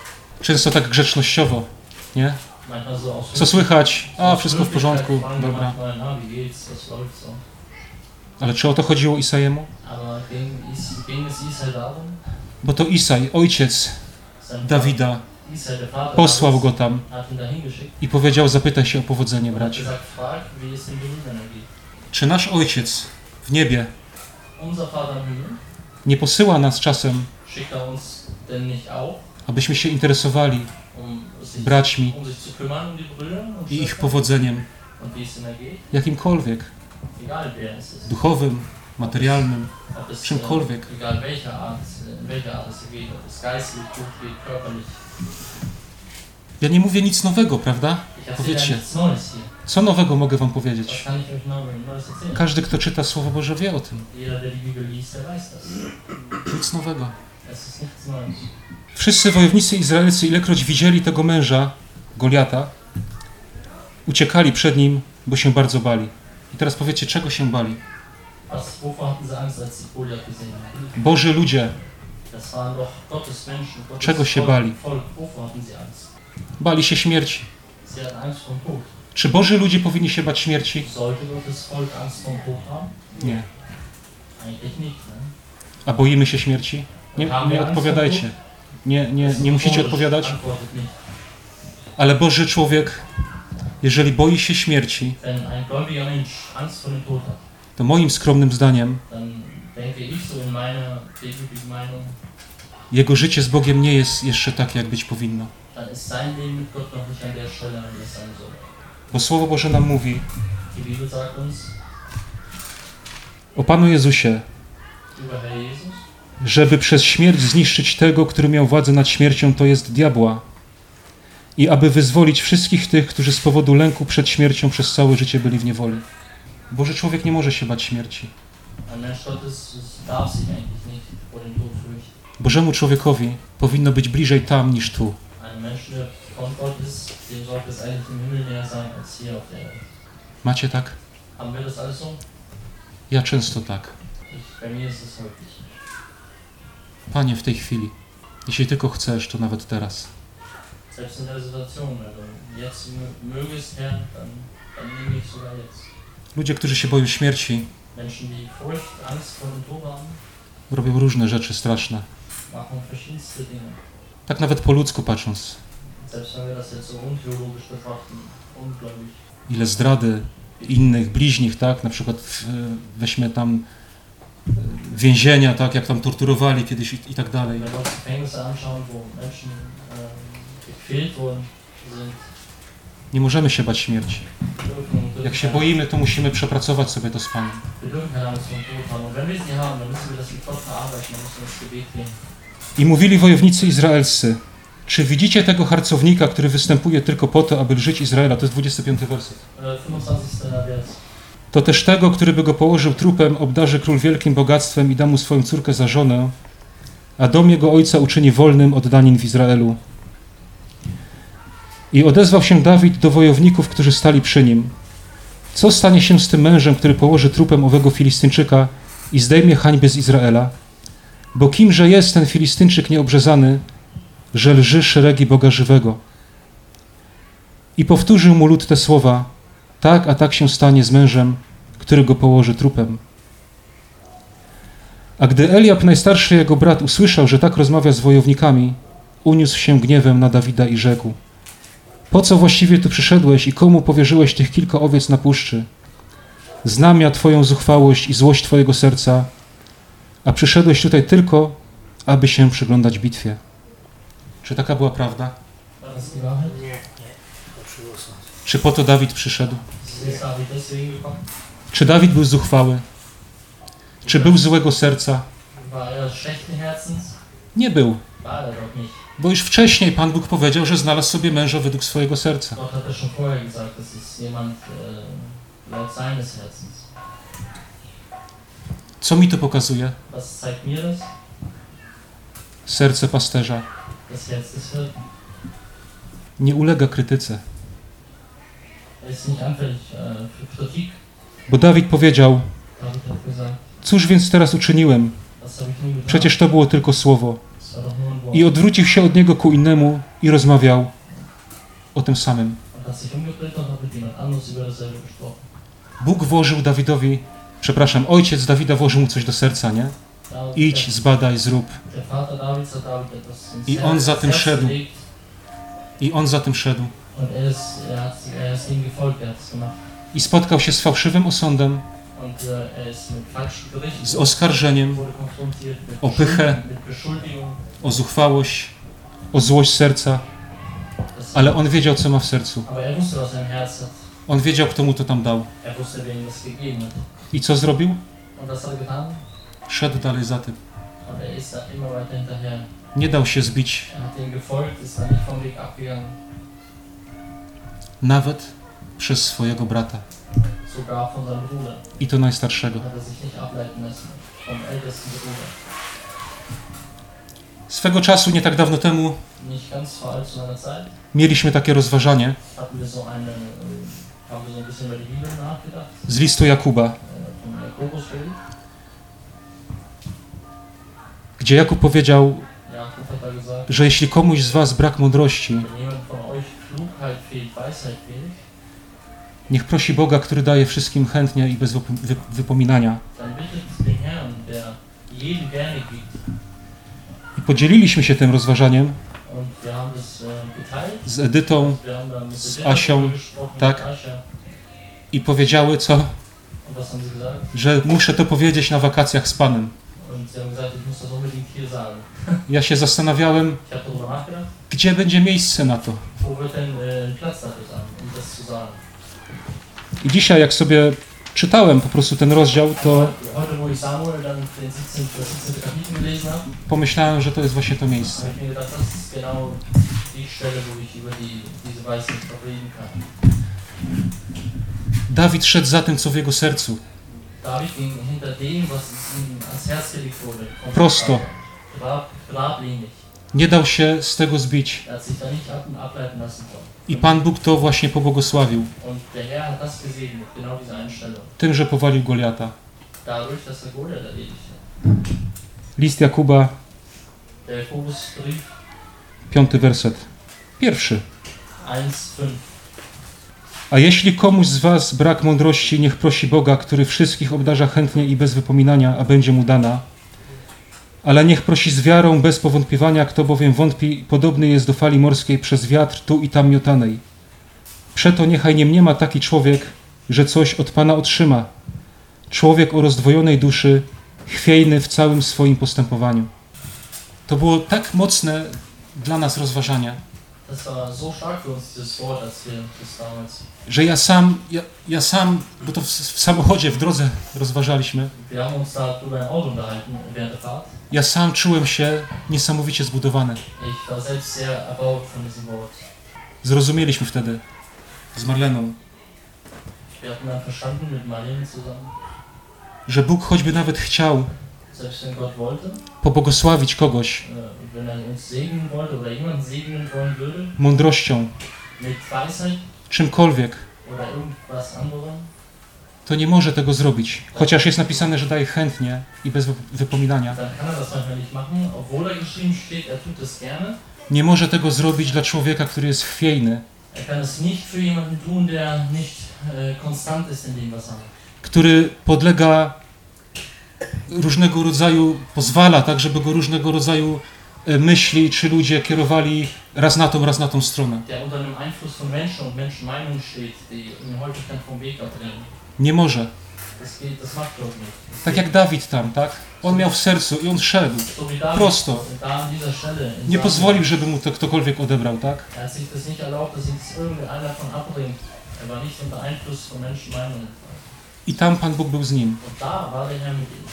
A: Często tak grzecznościowo, nie?
B: Manchmal so aus
A: Co słychać? A,
B: aus
A: wszystko w porządku,
B: Höflichkeit fragen wir
A: dobra.
B: manchmal, na, wie geht's, was läuft so.
A: Ale czy o to chodziło Isajemu?
B: Aber ging es Isai darum?
A: Bo to Isaj, ojciec
B: Sein
A: Dawida,
B: Isai, der Vater
A: posłał
B: Davids,
A: go tam
B: hat ihn dahin geschickt
A: i powiedział, zapytaj się o powodzenie
B: und hat
A: braci.
B: gesagt, frag, wie es den Brüdern geht.
A: Czy nasz ojciec w niebie
B: Unser Vater im Himmel,
A: nie posyła nas czasem,
B: schickt uns denn nicht auch,
A: abyśmy się interesowali
B: sich,
A: braćmi
B: sich zu kümmern um die Brüder und
A: i ich
B: Schwestern
A: powodzeniem,
B: und wie es ihnen geht,
A: jakimkolwiek,
B: egal wer es ist.
A: duchowym, materialnym,
B: Ob es,
A: czymkolwiek.
B: egal welcher Art, in welcher Art es geht, ob es geistlich, beruflich, körperlich.
A: Ja nie mówię nic nowego, prawda?
B: Ich erzähle
A: Powiedzcie,
B: nichts Neues hier.
A: co nowego mogę wam
B: Was
A: powiedzieć?
B: kann ich euch Neues erzählen?
A: Każdy, kto czyta Słowo Boże, wie o tym.
B: Jeder, der die Bibel liest, der weiß das.
A: Nic nowego.
B: Es ist nichts Neues.
A: Wszyscy wojownicy izraelscy, ilekroć widzieli tego męża, Goliata, uciekali przed nim, bo się bardzo bali. I teraz powiecie, czego się bali?
B: Wovor hatten sie Angst, als sie Goliath gesehen haben?
A: Boży ludzie,
B: Das waren doch Gottes Menschen, Gottes
A: czego się bali?
B: Volk. Wovor hatten sie Angst?
A: Bali się śmierci.
B: Sie hatten Angst vom Tod.
A: Czy Boży ludzie powinni się bać śmierci?
B: Sollte Gottes Volk Angst vom Tod haben?
A: Nie.
B: Eigentlich nicht, ne?
A: A boimy się śmierci? Nie odpowiadajcie. Nie musicie odpowiadać.
B: Antwortet nicht.
A: Ale Boży człowiek, jeżeli boi się śmierci,
B: Wenn ein gläubiger Mensch Angst vor dem Tod hat,
A: to moim skromnym zdaniem
B: dann denke ich so in meiner demütigen Meinung,
A: jego życie z Bogiem nie jest jeszcze takie, jak być powinno.
B: dann ist sein Leben mit Gott noch nicht an der Stelle, an der es sein soll.
A: Bo Słowo Boże nam mówi
B: Die Bibel sagt uns
A: o Panu Jezusie,
B: über Herr Jesus,
A: żeby przez śmierć zniszczyć tego, który miał władzę nad śmiercią, to jest diabła, i aby wyzwolić wszystkich tych, którzy z powodu lęku przed śmiercią przez całe życie byli w niewoli. Boży człowiek nie może się bać śmierci.
B: ein Mensch Gottes darf sich eigentlich nicht vor dem Tod fürchten.
A: Bożemu człowiekowi powinno być bliżej tam niż tu.
B: Ein Mensch, der von Gott ist, dem sollte es eigentlich im Himmel näher sein als hier auf der Erde.
A: Macie tak?
B: Haben wir das alles so?
A: Ja często tak.
B: Bei mir ist es häufig.
A: Panie, w tej chwili, jeśli tylko chcesz, to nawet teraz.
B: Selbst in der Situation, also jetzt möge es Herr, dann nehme ich sogar jetzt.
A: Ludzie, którzy się boją śmierci,
B: Menschen, die Furcht, Angst vor dem Tod haben,
A: robią różne rzeczy straszne.
B: machen verschiedenste Dinge.
A: Tak nawet po ludzku patrząc.
B: Selbst wenn wir das jetzt so untheologisch betrachten, ungläubig.
A: Ile zdrady innych, bliźnich, tak? Na przykład weźmy tam więzienia, tak? Jak tam torturowali kiedyś i tak dalej.
B: Wenn wir uns Gefängnisse anschauen, wo Menschen gequält worden sind,
A: Nie możemy się bać śmierci. Jak się boimy, to musimy przepracować sobie to z Panem.
B: wir dürfen keine Angst vor dem Tod haben. Und wenn wir sie haben, dann müssen wir das mit Gott verarbeiten, dann müssen wir ins Gebet gehen.
A: I mówili wojownicy izraelscy, czy widzicie tego harcownika, który występuje tylko po to, aby lżyć Izraela? To jest 25 werset.
B: 25. Vers.
A: To też tego, który by go położył trupem, obdarzy król wielkim bogactwem i da mu swoją córkę za żonę, a dom jego ojca uczyni wolnym od danin w Izraelu. I odezwał się Dawid do wojowników, którzy stali przy nim. Co stanie się z tym mężem, który położy trupem owego Filistyńczyka i zdejmie hańbę z Izraela? Bo kimże jest ten Filistyńczyk nieobrzezany, że lży szeregi Boga żywego? I powtórzył mu lud te słowa: tak, a tak się stanie z mężem, który go położy trupem. A gdy Eliab, najstarszy jego brat, usłyszał, że tak rozmawia z wojownikami, uniósł się gniewem na Dawida i rzekł: po co właściwie tu przyszedłeś i komu powierzyłeś tych kilka owiec na puszczy? Znam ja twoją zuchwałość i złość twojego serca, a przyszedłeś tutaj tylko, aby się przyglądać bitwie. Czy taka była prawda?
B: War das die Wahrheit?
A: Czy po to Dawid przyszedł?
B: Ist David deswegen gekommen?
A: Czy Dawid był zuchwały? Czy był złego serca?
B: War er schlechten Herzens?
A: Nie był,
B: War er doch nicht.
A: bo już wcześniej Pan Bóg powiedział, że znalazł sobie męża według swojego serca.
B: Gott hat schon vorher gesagt, das ist jemand laut seines Herzens.
A: Co mi to pokazuje?
B: Was zeigt mir das?
A: Serce pasterza
B: Das Herz des Hirten.
A: nie ulega krytyce.
B: Er ist nicht anfällig für Kritik.
A: Bo Dawid powiedział:
B: David hat gesagt,
A: cóż więc teraz uczyniłem?
B: was habe ich nun getan?
A: Przecież to było tylko słowo.
B: Das war doch nur ein Wort.
A: I odwrócił się od niego ku innemu i rozmawiał o tym samym.
B: und hat sich umgedreht und hat mit jemand anderes über dasselbe gesprochen.
A: Bóg włożył Dawidowi, ojciec Dawida włożył mu coś do serca, nie? Idź, zbadaj, zrób.
B: Der Vater Davids hat David etwas ins
A: I on za tym
B: Herz
A: szedł.
B: gelegt
A: I on za tym szedł.
B: und er ist ihm gefolgt, er hat es gemacht.
A: I spotkał się z fałszywym osądem,
B: Und er ist mit falschen Berichten
A: z oskarżeniem,
B: wurde konfrontiert, mit
A: o pychę,
B: mit Beschuldigung.
A: o zuchwałość, o złość serca, ale on wiedział, co ma w sercu.
B: Aber er wusste, was er im Herz hat.
A: On wiedział, kto mu to tam dał.
B: Er wusste, wer ihm das gegeben hat.
A: I co zrobił?
B: Und was hat er getan?
A: Szedł dalej za tym.
B: Und er ist da immer weiter hinterher.
A: Nie dał się zbić,
B: Er hat ihm gefolgt, ist da nicht vom Weg abgegangen.
A: nawet przez swojego brata.
B: Sogar von seinem Bruder.
A: I to najstarszego.
B: Hat er sich nicht ableiten lassen. Vom ältesten Bruder.
A: Swego czasu, nie tak dawno temu,
B: Nicht ganz vor allzu langer Zeit
A: mieliśmy takie rozważanie
B: hatten wir haben wir so ein bisschen über die Bibel nachgedacht.
A: z listu Jakuba,
B: Vom Jakobusbrief.
A: gdzie Jakub powiedział,
B: Jakub hat da gesagt,
A: że jeśli komuś z was brak mądrości,
B: wenn jemand von euch Klugheit fehlt, Weisheit fehlt,
A: niech prosi Boga, który daje wszystkim chętnie i bez wypominania.
B: dann bittet den Herrn, der jedem gerne gibt.
A: I podzieliliśmy się tym rozważaniem
B: Und wir haben das geteilt.
A: z Edytą
B: Wir haben da mit
A: z
B: Edith
A: Asią,
B: darüber gesprochen,
A: tak.
B: mit Asia.
A: i powiedziały co?
B: Und was haben sie gesagt?
A: Że muszę to powiedzieć na wakacjach z Panem.
B: Und sie haben gesagt, ich muss das unbedingt hier sagen.
A: Ja się zastanawiałem,
B: Ich habe darüber nachgedacht,
A: gdzie będzie miejsce na to.
B: wo wird denn Platz dafür sein, um das zu sagen.
A: I dzisiaj, jak sobie czytałem po prostu ten rozdział, to
B: Heute, wo ich Samuel dann das 17. Kapitel gelesen habe,
A: pomyślałem, że to jest właśnie to miejsce.
B: habe ich mir gedacht, das ist genau die Stelle, wo ich über diese Weisheit noch reden kann.
A: Dawid szedł za tym, co w jego sercu.
B: David ging hinter dem, was ihm ans Herz gelegt wurde.
A: Prosto.
B: Geradlinig.
A: Nie dał się z tego zbić.
B: Er hat sich da nicht ableiten lassen von.
A: I Pan Bóg to właśnie pobłogosławił.
B: Und der Herr hat das gesegnet, genau diese Einstellung.
A: Tym, że powalił Goliata.
B: Dadurch, dass er Goliath erledigt hat.
A: List Jakuba,
B: Der Jakobusbrief
A: 5 werset. 1.
B: 1,5.
A: A jeśli komuś z was brak mądrości, niech prosi Boga, który wszystkich obdarza chętnie i bez wypominania, a będzie mu dana. Ale niech prosi z wiarą, bez powątpiewania, kto bowiem wątpi, podobny jest do fali morskiej przez wiatr tu i tam miotanej. Przeto niechaj nie mniema taki człowiek, że coś od Pana otrzyma. Człowiek o rozdwojonej duszy, chwiejny w całym swoim postępowaniu. To było tak mocne dla nas rozważanie,
B: Das war so stark für uns, dieses Wort, als wir das damals.
A: że ja sam, bo to w samochodzie, w drodze rozważaliśmy,
B: Wir haben uns da drüber im Auto unterhalten während der Fahrt.
A: ja sam czułem się niesamowicie zbudowany.
B: Ich war selbst sehr erbaut von diesem Wort.
A: Zrozumieliśmy wtedy z Marleną,
B: Wir hatten dann verstanden mit Marlene zusammen,
A: że Bóg choćby nawet chciał
B: selbst wenn Gott wollte,
A: pobłogosławić kogoś
B: wenn er uns segnen wollte oder jemanden segnen wollen würde,
A: mądrością,
B: mit Weisheit
A: czymkolwiek,
B: oder irgendwas anderem,
A: to nie może tego zrobić. Chociaż jest napisane, że daje chętnie i bez wypominania.
B: dann kann er das manchmal nicht machen, obwohl er geschrieben steht, er tut es gerne.
A: Nie może tego zrobić dla człowieka, który jest chwiejny,
B: Er kann es nicht für jemanden tun, der nicht konstant ist in dem, was er macht.
A: który podlega różnego rodzaju, pozwala tak, żeby go różnego rodzaju myśli czy ludzie kierowali raz na tą stronę.
B: Der unter dem Einfluss von Menschen und Menschenmeinungen steht, die ihn häufig dann vom Weg abbringen.
A: Nie może.
B: Das macht Gott nicht.
A: Tak jak Dawid tam, tak? On miał w sercu i on szedł.
B: So wie David,
A: Prosto.
B: da an dieser Stelle. in
A: Nie
B: Samuel.
A: pozwolił, żeby mu to ktokolwiek odebrał, tak?
B: Er hat sich das nicht erlaubt, dass ihm das irgendeiner von abbringt. Er war nicht unter Einfluss von Menschenmeinungen.
A: I tam Pan Bóg był z nim.
B: Und da war der Herr mit ihm.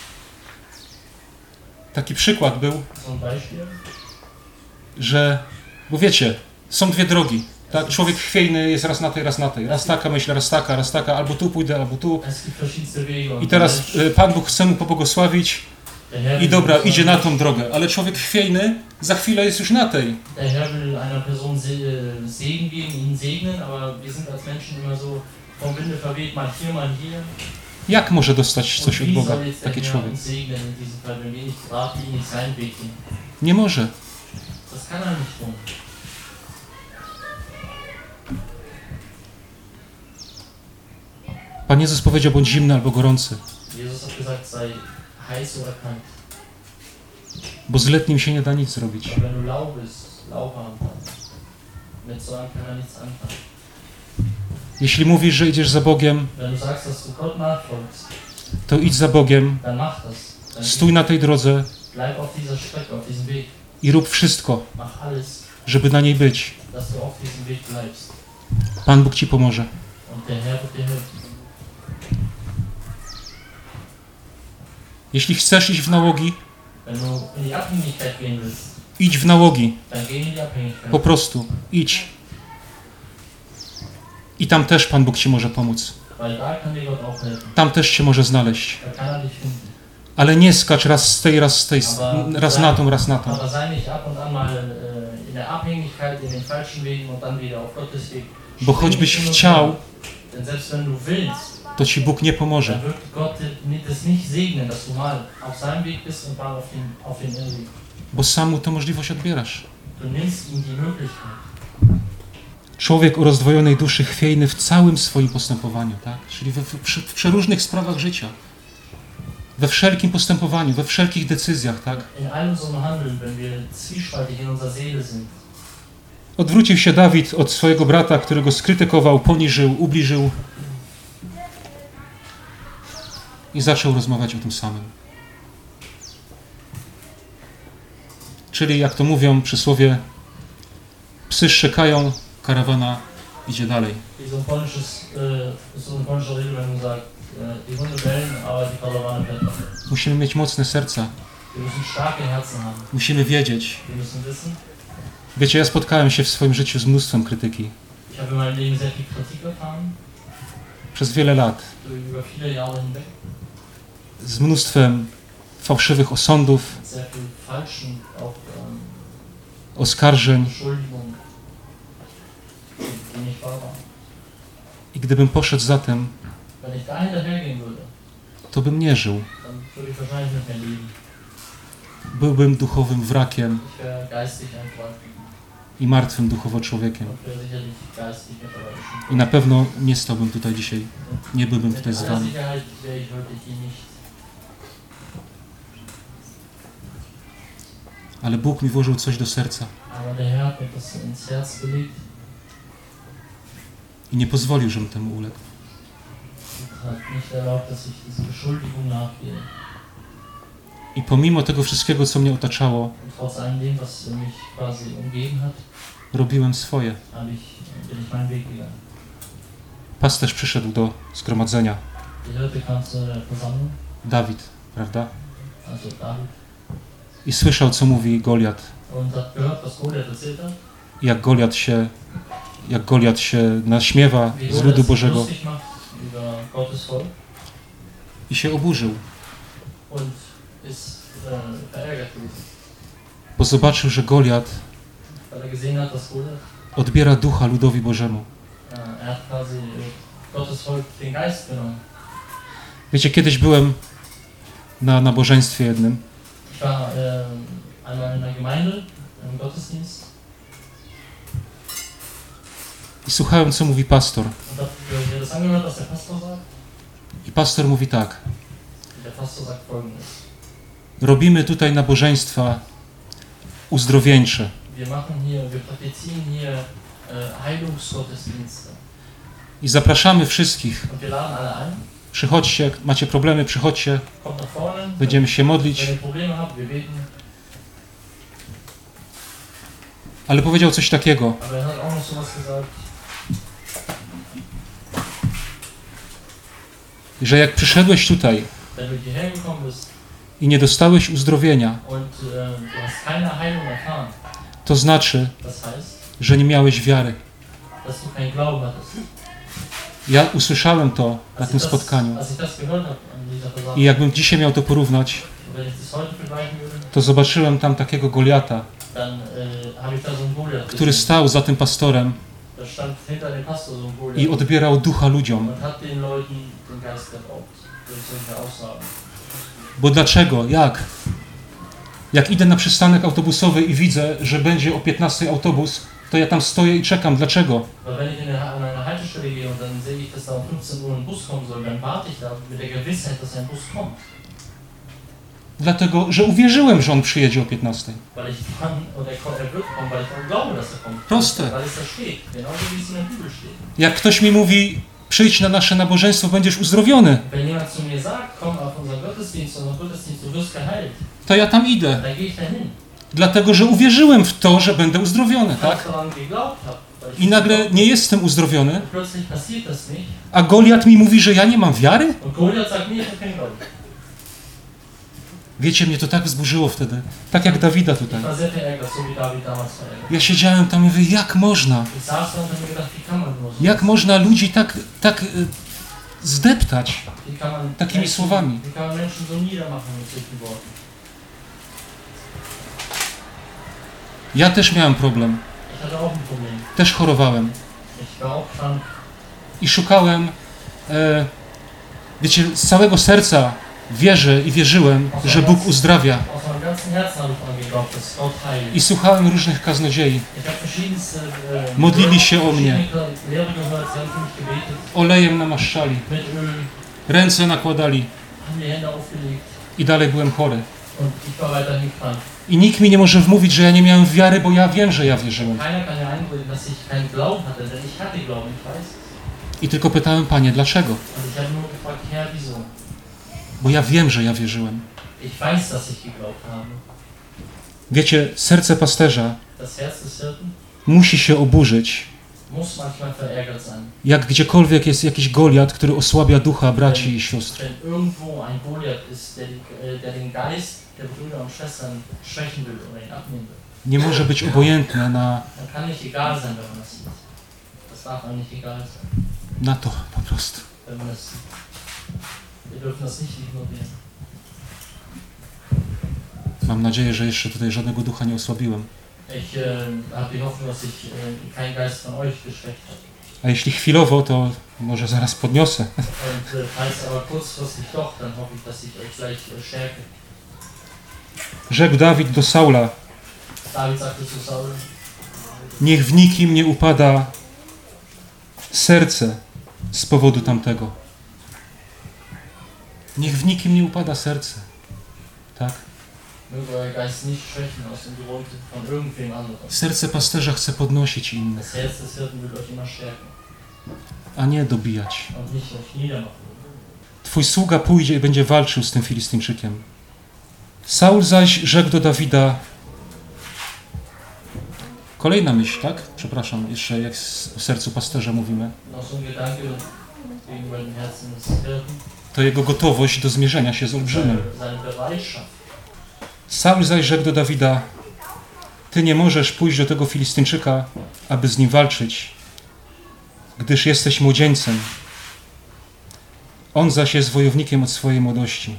A: Taki przykład był,
B: So ein Beispiel.
A: że, bo wiecie, są dwie drogi. Tak? Człowiek chwiejny jest raz na tej. Raz taka myśl, raz taka, albo tu pójdę, albo tu.
B: Es gibt verschiedenste Wege.
A: I teraz Pan Bóg chce mu pobłogosławić i dobra, idzie na tą drogę. Ale człowiek chwiejny za chwilę jest już na tej.
B: Der Herr will einer Person Segen geben, ihn segnen, aber wir sind als Menschen immer so vom Winde verweht, mal hier.
A: Jak może dostać coś od
B: wie
A: Boga
B: soll jetzt der
A: taki
B: Herr
A: człowiek?
B: uns segnen in diesem Fall, wenn wir nicht geradlinig seinen Weg gehen?
A: Nie może.
B: Das kann er nicht tun.
A: Pan Jezus powiedział, bądź zimny albo gorący,
B: Jesus hat gesagt, sei heiß oder kalt.
A: bo z letnim się nie da nic zrobić.
B: Aber wenn du lauwarm kannst, mit so einem kann er nichts anfangen.
A: Jeśli mówisz, że idziesz za Bogiem,
B: Wenn du sagst, dass du Gott nachfolgst,
A: to idź za Bogiem,
B: dann mach das. Dann
A: stój na tej drodze
B: bleib auf dieser Strecke, auf diesem Weg.
A: i rób wszystko,
B: Mach alles,
A: żeby na niej być.
B: dass du auf diesem Weg bleibst.
A: Pan Bóg ci pomoże.
B: Und der Herr wird dir helfen.
A: Jeśli chcesz iść w nałogi,
B: Wenn du in die Abhängigkeit gehen willst,
A: idź w nałogi.
B: dann geh in die Abhängigkeit.
A: Po prostu idź. I tam też Pan Bóg ci może pomóc.
B: Weil da kann dir Gott auch helfen.
A: Tam też się może znaleźć.
B: Da kann er dich finden.
A: Ale nie skacz raz z tej, raz na tą, raz na tą.
B: Aber sei nicht ab und an mal in der Abhängigkeit, in den falschen Wegen und dann wieder auf Gottes Weg.
A: Bo choćbyś chciał,
B: Denn selbst wenn du willst,
A: to ci Bóg nie pomoże.
B: dann wird Gott das nicht segnen, dass du mal auf seinem Weg bist und mal auf den Irrweg.
A: Bo sam mu tę możliwość odbierasz.
B: Du nimmst ihm die Möglichkeit.
A: Człowiek o rozdwojonej duszy chwiejny w całym swoim postępowaniu, tak? Czyli w przeróżnych sprawach życia. We wszelkim postępowaniu, we wszelkich decyzjach, tak?
B: In all unserem Handeln, wenn wir zwiespaltig in unserer Seele sind.
A: Odwrócił się Dawid od swojego brata, którego skrytykował, poniżył, ubliżył i zaczął rozmawiać o tym samym. Czyli, jak to mówią przysłowie, psy szczekają, karawana idzie dalej.
B: Wie so ein polnischer Redewendung sagt, die Hunde bellen, aber die Karawane fährt weiter.
A: Musimy mieć mocne serca.
B: Wir müssen starke Herzen haben.
A: Musimy wiedzieć.
B: Wir müssen wissen.
A: Wiecie, ja spotkałem się w swoim życiu z mnóstwem krytyki.
B: Ich habe in meinem Leben sehr viel Kritik erfahren,
A: Przez wiele lat.
B: über viele Jahre hinweg.
A: Z mnóstwem fałszywych osądów,
B: Sehr viel falschen, auch
A: oskarżeń.
B: Beschuldigungen, die nicht wahr waren.
A: I gdybym poszedł za tym,
B: Wenn ich da hinterhergehen würde,
A: to bym nie żył.
B: dann würde ich wahrscheinlich nicht mehr leben.
A: Byłbym duchowym wrakiem
B: Ich wäre geistig ein Wrack
A: i martwym duchowo człowiekiem.
B: und wäre sicherlich geistig mittlerweile schon.
A: I na pewno nie stałbym tutaj dzisiaj. Nie byłbym
B: Mit
A: tutaj z
B: aller
A: wami.
B: Sicherheit wäre ich heute hier nicht.
A: Ale Bóg mi włożył coś do serca
B: Aber der Herr hat mir das ins Herz gelegt
A: i nie pozwolił, żebym temu uległ.
B: und hat nicht erlaubt, dass ich diese Beschuldigung nachgehe.
A: I pomimo tego wszystkiego, co mnie otaczało,
B: Und trotz allem dem, was mich quasi umgeben hat,
A: robiłem swoje.
B: bin ich meinen Weg gegangen.
A: Pasterz przyszedł do zgromadzenia.
B: Die Hirte kam zur Versammlung,
A: Dawid, prawda?
B: also David,
A: I słyszał, co mówi Goliat.
B: und hat gehört, was Goliath erzählt hat.
A: Jak Goliat się naśmiewa
B: Wie
A: z
B: Goliath
A: ludu
B: sich
A: Bożego
B: lustig macht über Gottes Volk
A: i się oburzył,
B: und ist verärgert gewesen,
A: bo zobaczył, że Goliat
B: weil er gesehen hat, dass Goliath
A: odbiera ducha ludowi Bożemu.
B: er hat quasi Gottes Volk den Geist genommen.
A: Wiecie, kiedyś byłem na nabożeństwie jednym
B: Ich war einmal in einer Gemeinde, im Gottesdienst,
A: i słuchałem, co mówi pastor.
B: und habe mir das angehört, was der Pastor sagt.
A: I pastor mówi tak:
B: Der Pastor sagt Folgendes:
A: robimy tutaj nabożeństwa uzdrowieńcze.
B: wir praktizieren hier Heilungsgottesdienste.
A: I zapraszamy wszystkich.
B: Und wir laden alle ein.
A: Przychodźcie, jak macie problemy, przychodźcie,
B: Kommt nach vorne.
A: będziemy się modlić.
B: Wenn ihr Probleme habt, wir beten.
A: Ale powiedział coś takiego:
B: Aber er hat auch noch sowas gesagt,
A: że jak przyszedłeś tutaj
B: wenn du hierher gekommen bist
A: i nie dostałeś uzdrowienia,
B: und du hast keine Heilung erfahren,
A: to znaczy,
B: das heißt,
A: że nie miałeś wiary.
B: dass du keinen Glauben hattest.
A: Ja usłyszałem to na tym spotkaniu.
B: Als ich das gehört habe an dieser
A: I
B: Versammlung,
A: jakbym dzisiaj miał to porównać,
B: wenn ich das heute vergleichen würde,
A: to zobaczyłem tam takiego Goliata,
B: dann habe ich da so einen Goliath
A: który
B: gesehen.
A: stał za tym pastorem
B: Da stand hinter dem Pastor so ein
A: i
B: Goliath
A: odbierał ducha ludziom.
B: und hat den Leuten den Geist geraubt durch solche Aussagen.
A: Bo dlaczego? Jak? Jak idę na przystanek autobusowy i widzę, że będzie o 15 autobus, to ja tam stoję i czekam. Dlaczego?
B: Weil wenn ich an einer Haltestelle Tankstelle gehe und dann sehe ich, dass da um 15 Uhr ein Bus kommen soll, dann warte ich da mit der Gewissheit, dass ein Bus kommt.
A: Dlatego, że uwierzyłem, że on przyjedzie o 15.
B: Weil ich dann, und er wird kommen, weil ich daran glaube, dass er kommt.
A: Proste.
B: Weil es da steht, genauso wie es in der Bibel steht.
A: Jak ktoś mi mówi, przyjdź na nasze nabożeństwo, będziesz uzdrowiony,
B: Wenn jemand zu mir sagt, komm auf unseren Gottesdienst, du wirst geheilt,
A: to ja tam idę.
B: dann gehe ich dahin.
A: Dlatego, że uwierzyłem w to, że będę uzdrowiony,
B: Weil
A: tak?
B: ich daran geglaubt habe. Weil ich
A: I nagle nie jestem uzdrowiony,
B: und plötzlich passiert das nicht.
A: a Goliat mi mówi, że ja nie mam wiary?
B: Und Goliath sagt, nee, ich habe keinen Glauben.
A: Wiecie, mnie to tak wzburzyło wtedy. Tak jak Dawida tutaj.
B: Ich war sehr verärgert, so wie David damals verärgert.
A: Ja siedziałem tam i mówię, jak można?
B: Ich saß da und habe mir gedacht, wie kann man nur so?
A: Jak można ludzi tak zdeptać
B: Wie kann man
A: takimi słowami?
B: Wie kann man Menschen so niedermachen mit solchen Worten?
A: Ja też miałem problem.
B: Ich hatte auch ein Problem.
A: Też chorowałem.
B: Ich war auch krank.
A: I szukałem, wiecie, z całego serca wierzę i wierzyłem, że Bóg uzdrawia.
B: Aus meinem ganzen Herzen habe ich daran geglaubt, dass Gott heilt.
A: I słuchałem różnych kaznodziei.
B: Ich habe verschiedenste
A: Modlili się o mnie.
B: Lehre gehört, sie haben für mich gebetet,
A: Olejem namaszczali.
B: mit Öl,
A: Ręce nakładali.
B: haben die Hände aufgelegt
A: I dalej byłem chory.
B: und ich war weiterhin krank.
A: I nikt mi nie może wmówić, że ja nie miałem wiary, bo ja wiem, że ja wierzyłem.
B: Keiner kann mir einreden, dass ich keinen Glauben hatte, denn ich hatte Glauben, ich weiß es.
A: I tylko pytałem, Panie, dlaczego?
B: Und ich habe nur gefragt, Herr, wieso?
A: Bo ja wiem, że ja wierzyłem.
B: Ich weiß, dass ich geglaubt habe.
A: Wiecie, serce pasterza
B: Das Herz des Hirten
A: musi się oburzyć,
B: muss manchmal verärgert sein.
A: jak gdziekolwiek jest jakiś Goliat, który osłabia ducha braci i sióstr.
B: Wenn irgendwo ein Goliath ist, der den Geist der Brüder und Schwestern schwächen will oder ihn abnehmen will,
A: Nie może być obojętne
B: dann kann nicht egal sein, wenn man das sieht. Das darf einem nicht egal sein,
A: na to po prostu.
B: wenn man das sieht. Wir dürfen das nicht ignorieren.
A: Mam nadzieję, że jeszcze tutaj żadnego ducha nie osłabiłem.
B: Ich habe die Hoffnung, dass ich kein Geist von euch geschwächt habe.
A: A jeśli chwilowo, to może zaraz podniosę.
B: Und falls aber kurzfristig doch, dann hoffe ich, dass ich euch gleich stärke.
A: Rzekł Dawid do Saula,
B: David sagte zu Saul,
A: niech w nikim nie upada serce z powodu tamtego. Niech w nikim nie upada serce. Tak?
B: möge euer Geist nicht schwächen aus dem Grund von irgendwem anderem.
A: Serce pasterza chce podnosić innych,
B: Das Herz des Hirten will euch immer stärken
A: a nie dobijać.
B: und nicht euch niedermachen.
A: Twój sługa pójdzie i będzie walczył z tym Filistyńczykiem. Saul zaś rzekł do Dawida, kolejna myśl, tak? Przepraszam, jeszcze jak o sercu pasterza mówimy.
B: Noch so ein Gedanke gegenüber dem Herzen des Hirten,
A: To jego gotowość do zmierzenia się z olbrzymem.
B: seine Bereitschaft.
A: Saul zaś rzekł do Dawida, ty nie możesz pójść do tego Filistyńczyka, aby z nim walczyć, gdyż jesteś młodzieńcem. On zaś jest wojownikiem od swojej młodości.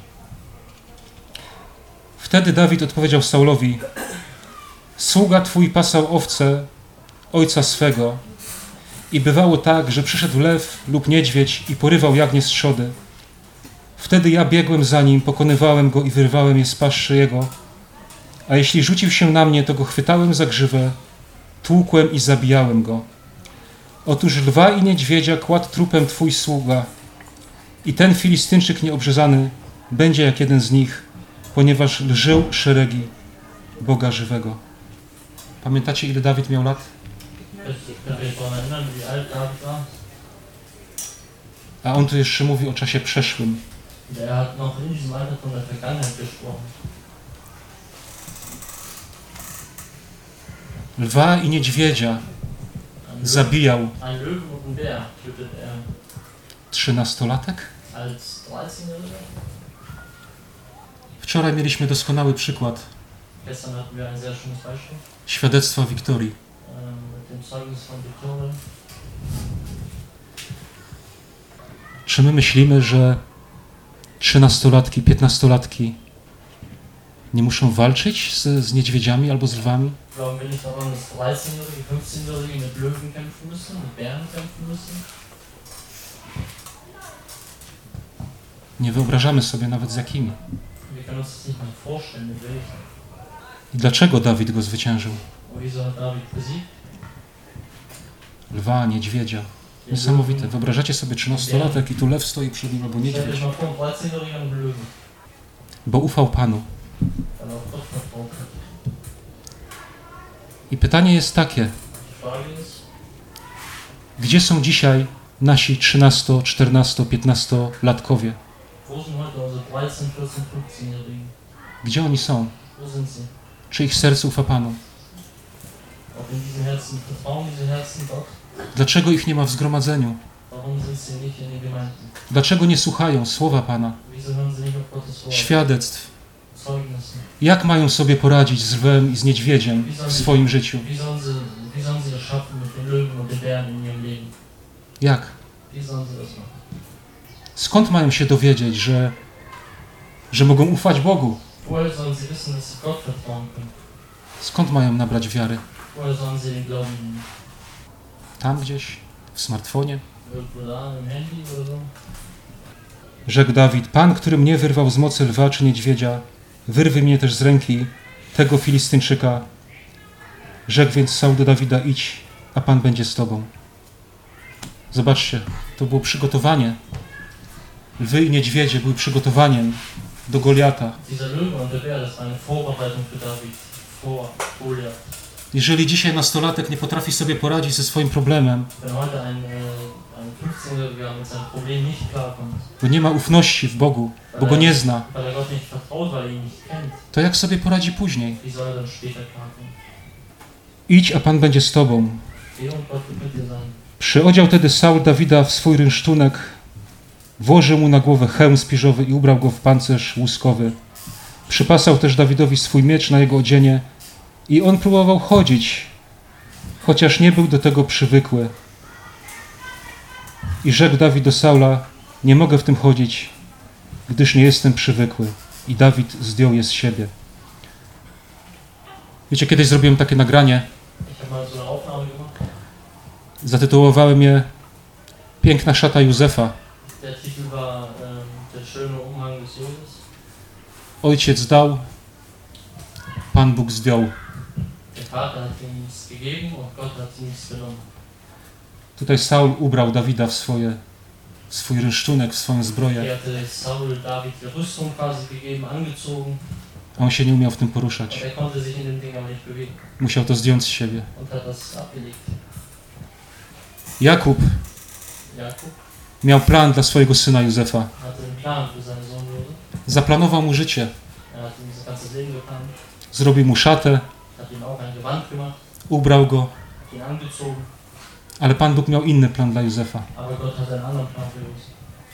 A: Wtedy Dawid odpowiedział Saulowi, sługa twój pasał owce ojca swego i bywało tak, że przyszedł lew lub niedźwiedź i porywał jagnię z trzody. Wtedy ja biegłem za nim, pokonywałem go i wyrwałem je z paszczy jego, a jeśli rzucił się na mnie, to go chwytałem za grzywę, tłukłem i zabijałem go. Otóż lwa i niedźwiedzia kładł trupem twój sługa i ten Filistynczyk nieobrzezany będzie jak jeden z nich, ponieważ lżył szeregi Boga żywego. Pamiętacie, ile Dawid miał lat?
B: Könnt ihr euch daran erinnern, wie alt David war?
A: A on tu jeszcze mówi o czasie przeszłym.
B: Der hat noch in diesem Alter von der Vergangenheit gesprochen.
A: Lwa i niedźwiedzia zabijał
B: Ein Löwen und ein Bär tötet er
A: 13-latek?
B: als 13-Jähriger.
A: Wczoraj mieliśmy doskonały przykład
B: Gestern hatten wir ein sehr schönes Beispiel
A: świadectwa Wiktorii.
B: mit dem Zeugnis von Victoria.
A: Czy my myślimy, że 13-latki, 15-latki nie muszą walczyć z niedźwiedziami albo z lwami?
B: Glauben wir nicht daran, dass 13-Jährige, 15-Jährige mit Löwen kämpfen müssen, mit Bären kämpfen müssen?
A: Nie wyobrażamy sobie nawet z jakimi.
B: Wir können uns das nicht mal vorstellen, mit welchen.
A: I dlaczego Dawid go zwyciężył?
B: Und wieso hat David besiegt?
A: Lwa, niedźwiedzia. Niesamowite. Wyobrażacie sobie 13-latek i tu lew stoi przed nim albo
B: Stellt euch
A: niedźwiedź.
B: mal vor, 13-Jähriger und Löwen.
A: Bo ufał Panu.
B: Dann auch Gott vertraut hat.
A: I pytanie jest takie.
B: Die Frage ist,
A: Gdzie są dzisiaj nasi 13, 14, 15-latkowie?
B: wo sind heute unsere 13, 14, 15-Jährigen?
A: Gdzie oni są?
B: Wo sind sie?
A: Czy ich serce ufa Panu?
B: Ob in diesen Herzen vertrauen diese Herzen Gott?
A: Dlaczego ich nie ma w zgromadzeniu?
B: Warum sind sie nicht in den Gemeinden?
A: Dlaczego nie słuchają słowa Pana?
B: Wieso hören sie nicht auf Gottes Wort?
A: Świadectw.
B: Zeugnissen.
A: Jak mają sobie poradzić z lwem i z niedźwiedziem w swoim życiu?
B: Wie sollen sie das schaffen mit den Löwen und den Bären in ihrem Leben?
A: Jak?
B: Wie sollen sie das machen?
A: Skąd mają się dowiedzieć, że mogą ufać Bogu?
B: Woher sollen sie wissen, dass sie Gott vertrauen können?
A: Skąd mają nabrać wiary?
B: Woher sollen sie den Glauben nehmen?
A: Tam gdzieś? W smartfonie?
B: Irgendwo da im Handy oder so?
A: Rzekł Dawid, Pan, który mnie wyrwał z mocy lwa czy niedźwiedzia, wyrwie mnie też z ręki tego Filistyńczyka. Rzekł więc Saul do Dawida, idź, a Pan będzie z tobą. Zobaczcie, to było przygotowanie. Lwy i niedźwiedzie były przygotowaniem do Goliata.
B: Dieser Löwe und der Bär, das war eine Vorbereitung für David vor Goliath.
A: Jeżeli dzisiaj nastolatek nie potrafi sobie poradzić ze swoim problemem,
B: Wenn heute ein 15-Jähriger mit seinem Problem nicht klarkommt,
A: bo nie ma ufności w Bogu, bo go nie zna,
B: weil er Gott nicht vertraut, weil er ihn nicht kennt,
A: to jak sobie poradzi później?
B: wie soll er dann später klarkommen?
A: Idź, a Pan będzie z tobą.
B: Geh und Gott wird mit dir sein.
A: Przyodział tedy Saul Dawida w swój rynsztunek, włożył mu na głowę hełm spiżowy i ubrał go w pancerz łuskowy. Przypasał też Dawidowi swój miecz na jego odzienie i on próbował chodzić, chociaż nie był do tego przywykły. I rzekł Dawid do Saula, nie mogę w tym chodzić, gdyż nie jestem przywykły. I Dawid zdjął je z siebie. Wiecie, kiedyś zrobiłem takie nagranie,
B: Ich habe mal so eine Aufnahme gemacht.
A: zatytułowałem je Piękna szata Józefa.
B: Der Titel war Der schöne Umhang des Josef.
A: Ojciec dał, Pan Bóg zdjął.
B: Der Vater hat ihm es gegeben und Gott hat ihm es genommen.
A: Tutaj Saul ubrał Dawida w swój rynsztunek, w swoją
B: Hier
A: zbroję,
B: hatte Saul David die Rüstung quasi gegeben, angezogen,
A: a on się nie umiał w tym
B: und
A: poruszać.
B: er konnte sich in dem Ding aber nicht bewegen
A: Musiał to zdjąć z siebie.
B: und hat das abgelegt.
A: Jakub
B: Jakob
A: miał plan dla swojego syna Józefa.
B: hatte einen Plan für seinen Sohn Josef.
A: Zaplanował mu życie.
B: Er hat ihm das ganze Leben geplant,
A: Zrobił mu szatę,
B: hat ihm auch ein Gewand gemacht,
A: ubrał go,
B: hat ihn angezogen,
A: ale Pan Bóg miał inny plan dla Józefa.
B: aber Gott hatte einen anderen Plan für Josef.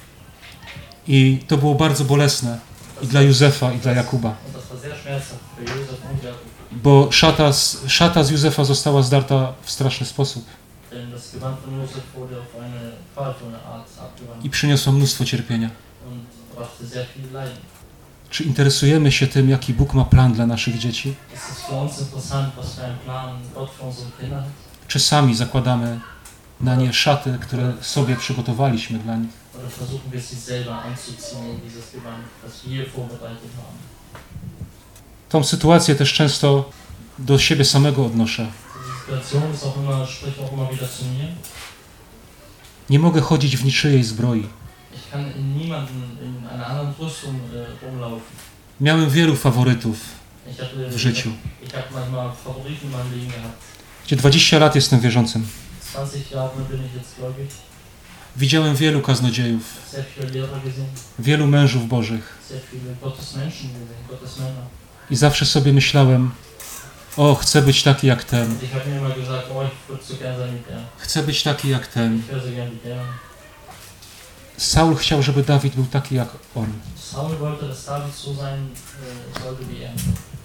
A: I to było bardzo bolesne i dla Józefa, i dla Jakuba.
B: Und das war sehr schmerzhaft für Josef und Jakob,
A: Bo szata z Józefa została zdarta w straszny sposób
B: denn das Gewand von Josef wurde auf eine qualvolle Art abgewandt
A: i przyniosła mnóstwo cierpienia.
B: und brachte sehr viel Leiden.
A: Czy interesujemy się tym, jaki Bóg ma plan dla naszych dzieci?
B: Ist es für uns interessant, was für einen Plan Gott für unsere Kinder hat?
A: Czy sami zakładamy na nie szaty, które sobie przygotowaliśmy dla nich?
B: Oder versuchen wir sie selber anzuziehen in dieses Gewand, das wir vorbereitet haben?
A: Tą sytuację też często do siebie samego odnoszę.
B: Die Situation ist auch immer, spricht auch immer wieder zu mir.
A: Nie mogę chodzić w niczyjej zbroi.
B: Ich kann in niemanden in einer anderen Rüstung rumlaufen.
A: Miałem wielu faworytów
B: Ich hatte,
A: w życiu.
B: ich habe manchmal Favoriten in meinem Leben gehabt.
A: Gdzie 20 lat jestem wierzącym.
B: 20 Jahre bin ich jetzt gläubig.
A: Widziałem wielu kaznodziejów,
B: Sehr viele Lehrer gesehen,
A: wielu mężów bożych
B: sehr viele Gottesmenschen gesehen, Gottesmänner.
A: i zawsze sobie myślałem, o, chcę być taki jak ten,
B: Und ich habe mir immer gesagt, oh, ich würde so gern sein wie der.
A: chcę być taki jak ten.
B: Ich wäre so gern wie der.
A: Saul chciał, żeby Dawid był taki jak on.
B: Saul wollte, dass David so sein sollte wie er.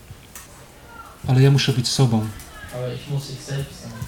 A: Ale ja muszę być sobą.
B: Aber ich muss ich selbst sein.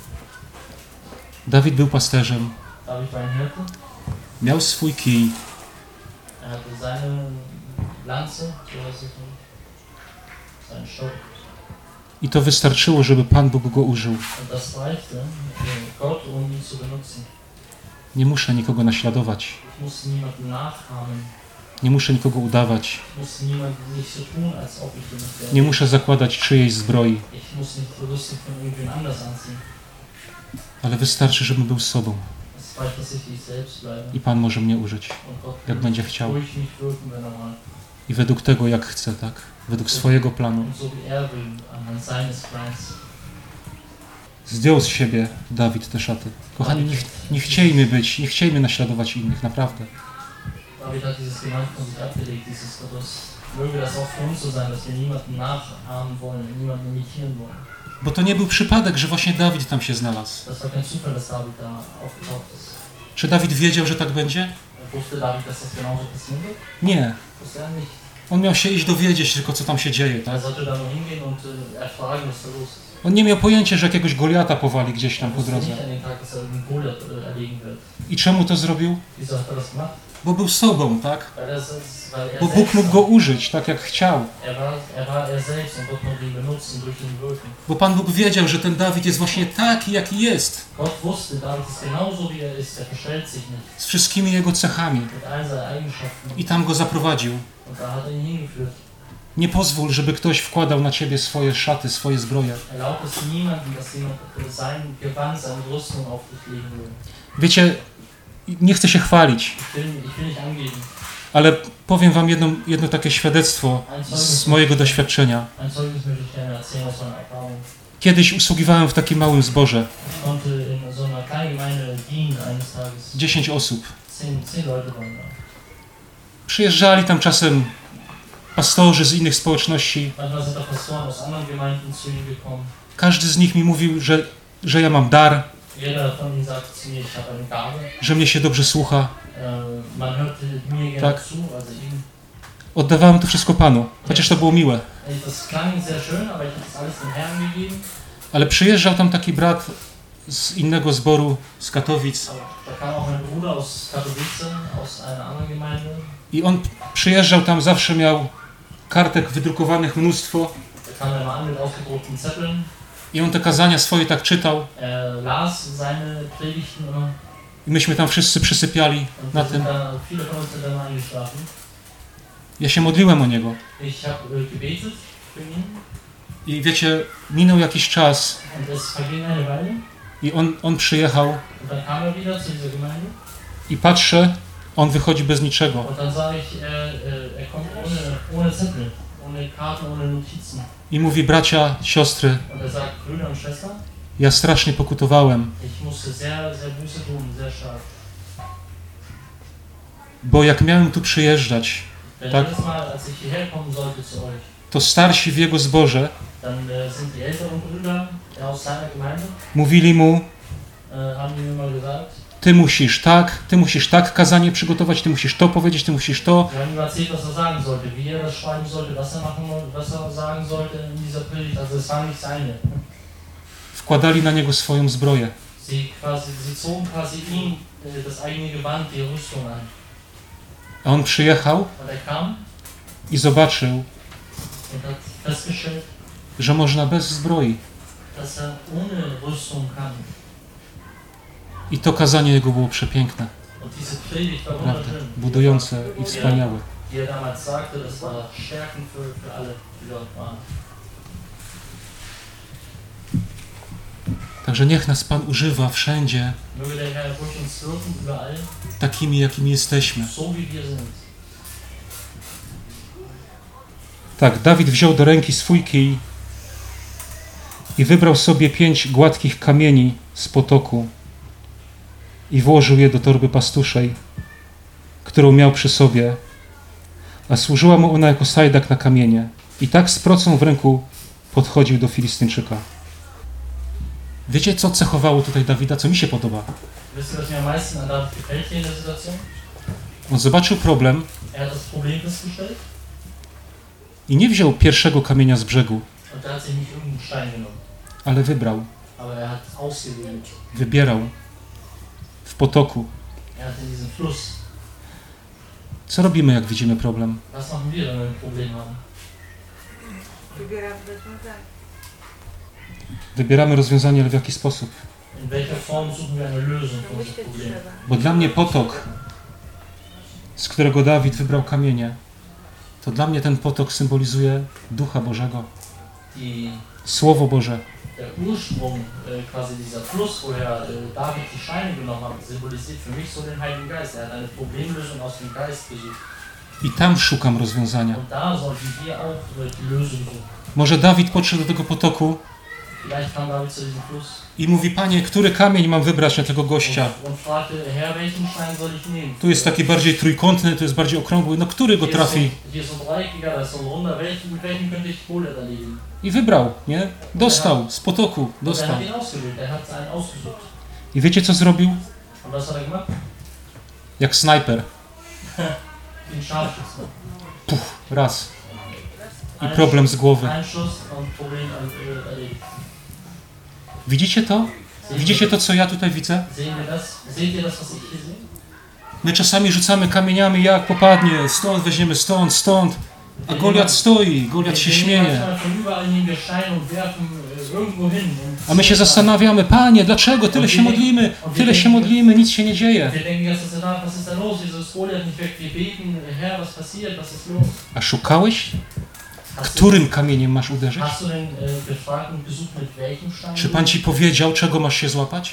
A: Dawid był pasterzem,
B: David war ein Hirte.
A: miał swój kij,
B: Er hatte seine Lanze, so heißt es, seinen Stock.
A: i to wystarczyło, żeby Pan Bóg go użył.
B: Und das reichte für Gott, ihn zu benutzen.
A: Nie muszę nikogo naśladować,
B: Ich muss niemanden nachahmen.
A: nie muszę nikogo udawać,
B: Ich muss nicht so tun, als ob ich jemand wäre.
A: nie muszę zakładać czyjejś zbroi,
B: Ich muss nicht die Rüstung von irgendwen anders anziehen.
A: ale wystarczy, żebym był sobą.
B: Es weil ich tatsächlich selbst bleibe.
A: I Pan może mnie użyć,
B: Und Gott
A: jak
B: kann
A: będzie chciał.
B: durch mich wirken, wenn er mag.
A: I według tego, jak chce, tak? Według swojego planu.
B: Und so wie er will, anhand seines Plans.
A: Zdjął z siebie Dawid te szaty. Kochani, nie chciejmy naśladować innych, naprawdę.
B: David hat dieses Gewand von sich abgelegt, dieses Gottes. Möge das auch für uns so sein, dass wir niemanden nachahmen wollen, niemanden imitieren wollen.
A: Bo to nie był przypadek, że właśnie Dawid tam się znalazł.
B: Das war kein Zufall, dass David da aufgetaucht ist.
A: Czy Dawid wiedział, że tak będzie?
B: Wusste David, dass das genauso passieren wird?
A: Nie.
B: Wusste er nicht.
A: On miał się iść dowiedzieć tylko, co tam się dzieje,
B: Er
A: tak?
B: sollte da nur hingehen und erfragen, was da los ist.
A: On nie miał pojęcia, że jakiegoś Goliata powali gdzieś tam
B: Er
A: po
B: wusste
A: drodze.
B: nicht an dem Tag, dass er einen Goliath erlegen wird.
A: I czemu to zrobił?
B: Wieso hat er das gemacht?
A: Bo był sobą, tak?
B: Weil er
A: Bo Bóg
B: selbst
A: mógł go użyć, tak jak chciał.
B: er war er selbst und Gott konnte ihn benutzen, durch ihn wirken.
A: Bo Pan Bóg wiedział, że ten Dawid jest właśnie taki, jaki jest.
B: Gott wusste, David ist genauso wie er ist, er verstellt sich nicht,
A: Z wszystkimi jego cechami.
B: mit all seinen Eigenschaften.
A: I tam go zaprowadził.
B: Und da hat er ihn hingeführt.
A: Nie pozwól, żeby ktoś wkładał na ciebie swoje szaty, swoje zbroje.
B: Erlaubt es niemandem, dass jemand sein Gewand, seine Rüstung auf dich legen will.
A: Wiecie, nie chcę się chwalić,
B: Ich will nicht angeben.
A: ale powiem wam jedno takie świadectwo z mojego doświadczenia.
B: Ein Zeugnis möchte ich gerne erzählen aus meiner Erfahrung.
A: Kiedyś usługiwałem w takim małym zborze.
B: Ich konnte in so einer kleinen Gemeinde dienen eines Tages.
A: 10 osób.
B: 10 Leute waren da.
A: Przyjeżdżali tam czasem pastorzy z innych społeczności.
B: Manchmal sind da Pastoren aus anderen Gemeinden zu ihm gekommen.
A: Każdy z nich mi mówił, że ja mam dar,
B: Jeder von ihnen sagt zu mir, ich habe eine Gabe.
A: że mnie się dobrze słucha.
B: Man hört mir gerne
A: Tak.
B: zu, also ihm.
A: Oddawałem to wszystko Panu, chociaż to było miłe.
B: Das klang sehr schön, aber ich habe das alles dem Herrn gegeben.
A: Ale przyjeżdżał tam taki brat z innego zboru, z Katowic.
B: Aber da kam auch mein Bruder aus Katowice, aus einer anderen Gemeinde.
A: I on przyjeżdżał tam, zawsze miał kartek wydrukowanych mnóstwo.
B: Da kam er mal an mit ausgedruckten Zetteln.
A: I on te kazania swoje tak czytał.
B: Las seine Predigten immer.
A: I myśmy tam wszyscy przysypiali
B: Und
A: na
B: wir sind
A: tym.
B: da, viele von uns sind dann eingeschlafen.
A: Ja się modliłem o niego.
B: Ich habe gebetet für ihn.
A: I wiecie, minął jakiś czas
B: Und es verging eine Weile.
A: i on przyjechał
B: Und dann kam er wieder zu dieser Gemeinde.
A: i patrzę, on wychodzi bez niczego.
B: Und dann sah ich, er kommt ohne Zettel, ohne Karten, ohne Notizen.
A: I mówi, bracia, siostry,
B: Und er sagt, Brüder und Schwestern,
A: ja strasznie pokutowałem,
B: ich musste sehr, sehr Buße tun, sehr stark.
A: bo jak miałem tu przyjeżdżać,
B: Denn
A: Tak.
B: jedes Mal, als ich hierher kommen sollte zu euch,
A: to starsi w jego zborze
B: dann sind die älteren Brüder aus seiner Gemeinde,
A: mówili mu,
B: haben mir immer gesagt,
A: ty musisz tak kazanie przygotować, ty musisz to powiedzieć, ty musisz to.
B: wir haben ihm erzählt, was er sagen sollte, wie er das schreiben sollte, was er machen sollte, was er sagen sollte in dieser Predigt. Also es war nicht seine.
A: Wkładali na niego swoją zbroję.
B: Sie zogen quasi ihm das eigene Gewand, die Rüstung an.
A: A on przyjechał
B: Und er kam
A: i zobaczył,
B: und hat festgestellt,
A: że można bez zbroi.
B: dass er ohne Rüstung kann.
A: I to kazanie jego było przepiękne,
B: Und diese Predigt war
A: naprawdę,
B: wunderschön.
A: budujące i wspaniałe.
B: Die er damals sagte, das war stärkend für alle, die dort waren.
A: Także niech nas Pan używa wszędzie
B: Möge der Herr durch uns wirken, überall,
A: takimi, jakimi jesteśmy.
B: so wie wir sind.
A: Tak, Dawid wziął do ręki swój kij i wybrał sobie 5 gładkich kamieni z potoku i włożył je do torby pastuszej, którą miał przy sobie, a służyła mu ona jako sajdak na kamienie. I tak z procą w ręku podchodził do Filistyńczyka. Wiecie, co cechowało tutaj Dawida, co mi się podoba?
B: Wisst ihr, was mir am meisten an David gefällt hier in der Situation?
A: On zobaczył problem
B: Er hat das Problem festgestellt
A: i nie wziął pierwszego kamienia z brzegu,
B: und er hat sich nicht irgendeinen Stein genommen,
A: ale wybrał,
B: aber er hat ausgewählt.
A: wybierał w potoku.
B: Er hat in diesem Fluss.
A: Co robimy, jak widzimy problem?
B: Was machen wir, wenn wir ein Problem haben?
C: Wybieram rozwiązanie.
A: Wybieramy rozwiązanie, ale w jaki sposób?
B: In welcher Form suchen wir eine Lösung für unser
C: Myśleć
B: Problem?
C: trzeba.
A: Bo dla mnie potok, z którego Dawid wybrał kamienie, to dla mnie ten potok symbolizuje Ducha Bożego,
B: Die,
A: Słowo Boże.
B: der Ursprung, quasi dieser Fluss, woher David die Steine genommen hat, symbolisiert für mich so den Heiligen Geist. Er hat eine Problemlösung aus dem Geist gesucht.
A: I tam szukam rozwiązania.
B: Und da sollten wir auch die Lösung suchen.
A: Może Dawid podszedł do tego potoku
B: Vielleicht kam David zu diesem Fluss
A: i mówi, Panie, który kamień mam wybrać na tego gościa?
B: und fragte, Herr, welchen Stein soll ich nehmen?
A: Tu jest taki bardziej trójkątny, tu jest bardziej okrągły. No który go trafi?
B: Hier ist so ein dreieckiger, da ist so ein runder. Mit welchem könnte ich Kohle erledigen?
A: I wybrał, nie? Dostał, z potoku,
B: Und er
A: dostał.
B: hat ihn ausgewählt, er hat einen ausgesucht.
A: I wiecie, co zrobił?
B: Und was hat er gemacht?
A: Jak snajper.
B: Den Scharfschützen.
A: Puch, raz. I problem z głowy.
B: Ein Schuss und Problem erledigt.
A: Widzicie to? Widzicie to, co ja tutaj widzę?
B: Sehen wir das? Seht ihr das, was ich hier sehe?
A: My czasami rzucamy kamieniami, jak popadnie. Stąd weźmiemy, stąd. A Goliat stoi, Goliat się śmieje. A my się zastanawiamy, Panie, dlaczego? Tyle się modlimy, nic się nie dzieje. A szukałeś? Którym kamieniem masz uderzyć? Czy Pan Ci powiedział, czego masz się złapać?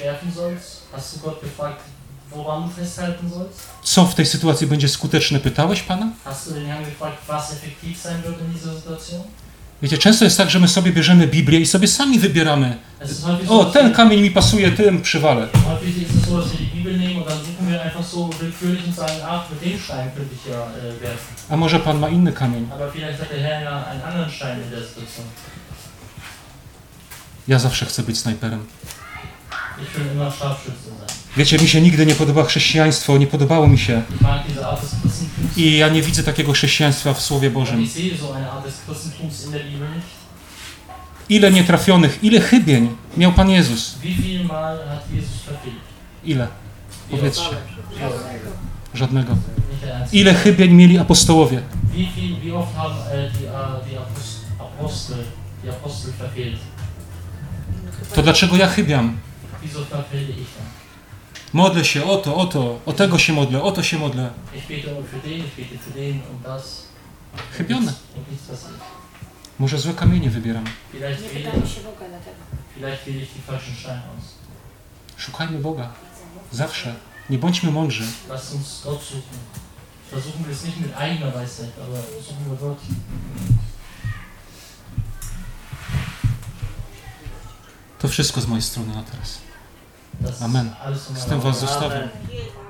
B: woran du festhalten sollst?
A: Co w tej sytuacji będzie skuteczne? Pytałeś Pana?
B: Hast du den Herrn gefragt, was effektiv sein wird in dieser Situation?
A: Wiecie, często jest tak, że my sobie bierzemy Biblię i sobie sami wybieramy. O, ten kamień mi pasuje, tym przywalę.
B: Häufig ist es so, dass wir die Bibel nehmen und dann suchen wir einfach so willkürlich und sagen, ach, mit dem Stein könnte ich ja werfen.
A: A może Pan ma inny kamień?
B: Aber vielleicht hat der Herr ja einen anderen Stein in der Situation.
A: Ja zawsze chcę być snajperem.
B: Ich will immer Scharfschütze sein.
A: Wiecie, mi się nigdy nie podoba chrześcijaństwo, nie podobało mi się.
B: Ich mag diese Art des Christentums.
A: I ja nie widzę takiego chrześcijaństwa w Słowie
B: Und
A: Bożym.
B: ich sehe so eine Art des Christentums in der Bibel nicht.
A: Ile nietrafionych, ile chybień miał Pan Jezus?
B: Wie viel Mal hat Jesus verfehlt?
A: Ile? Powiedzcie. Żadnego.
B: Nicht der Ernst.
A: Ile chybień mieli apostołowie?
B: Wie oft haben die Apostel verfehlt?
A: To dlaczego ja chybiam?
B: Wieso verfehle ich dann?
A: Modlę się o tego się modlę, o to się modlę.
B: Ich bete für den, ich bete für den und das.
A: Chybione.
B: Und nichts passiert.
A: Może złe kamienie wybieram.
B: Vielleicht
C: Nie
B: wähle
C: pytamy się Boga dlatego.
B: wähle ich die falschen Steine aus.
A: Szukajmy Boga. Zawsze. Nie bądźmy mądrzy.
B: Lasst uns Gott suchen. Versuchen wir es nicht mit eigener Weisheit, aber suchen wir Gott.
A: To wszystko z mojej strony na teraz.
B: Das ist
A: Amen.
B: alles von
A: Z
B: meiner
A: tym was
B: Seite.
A: zostawię.
C: Amen.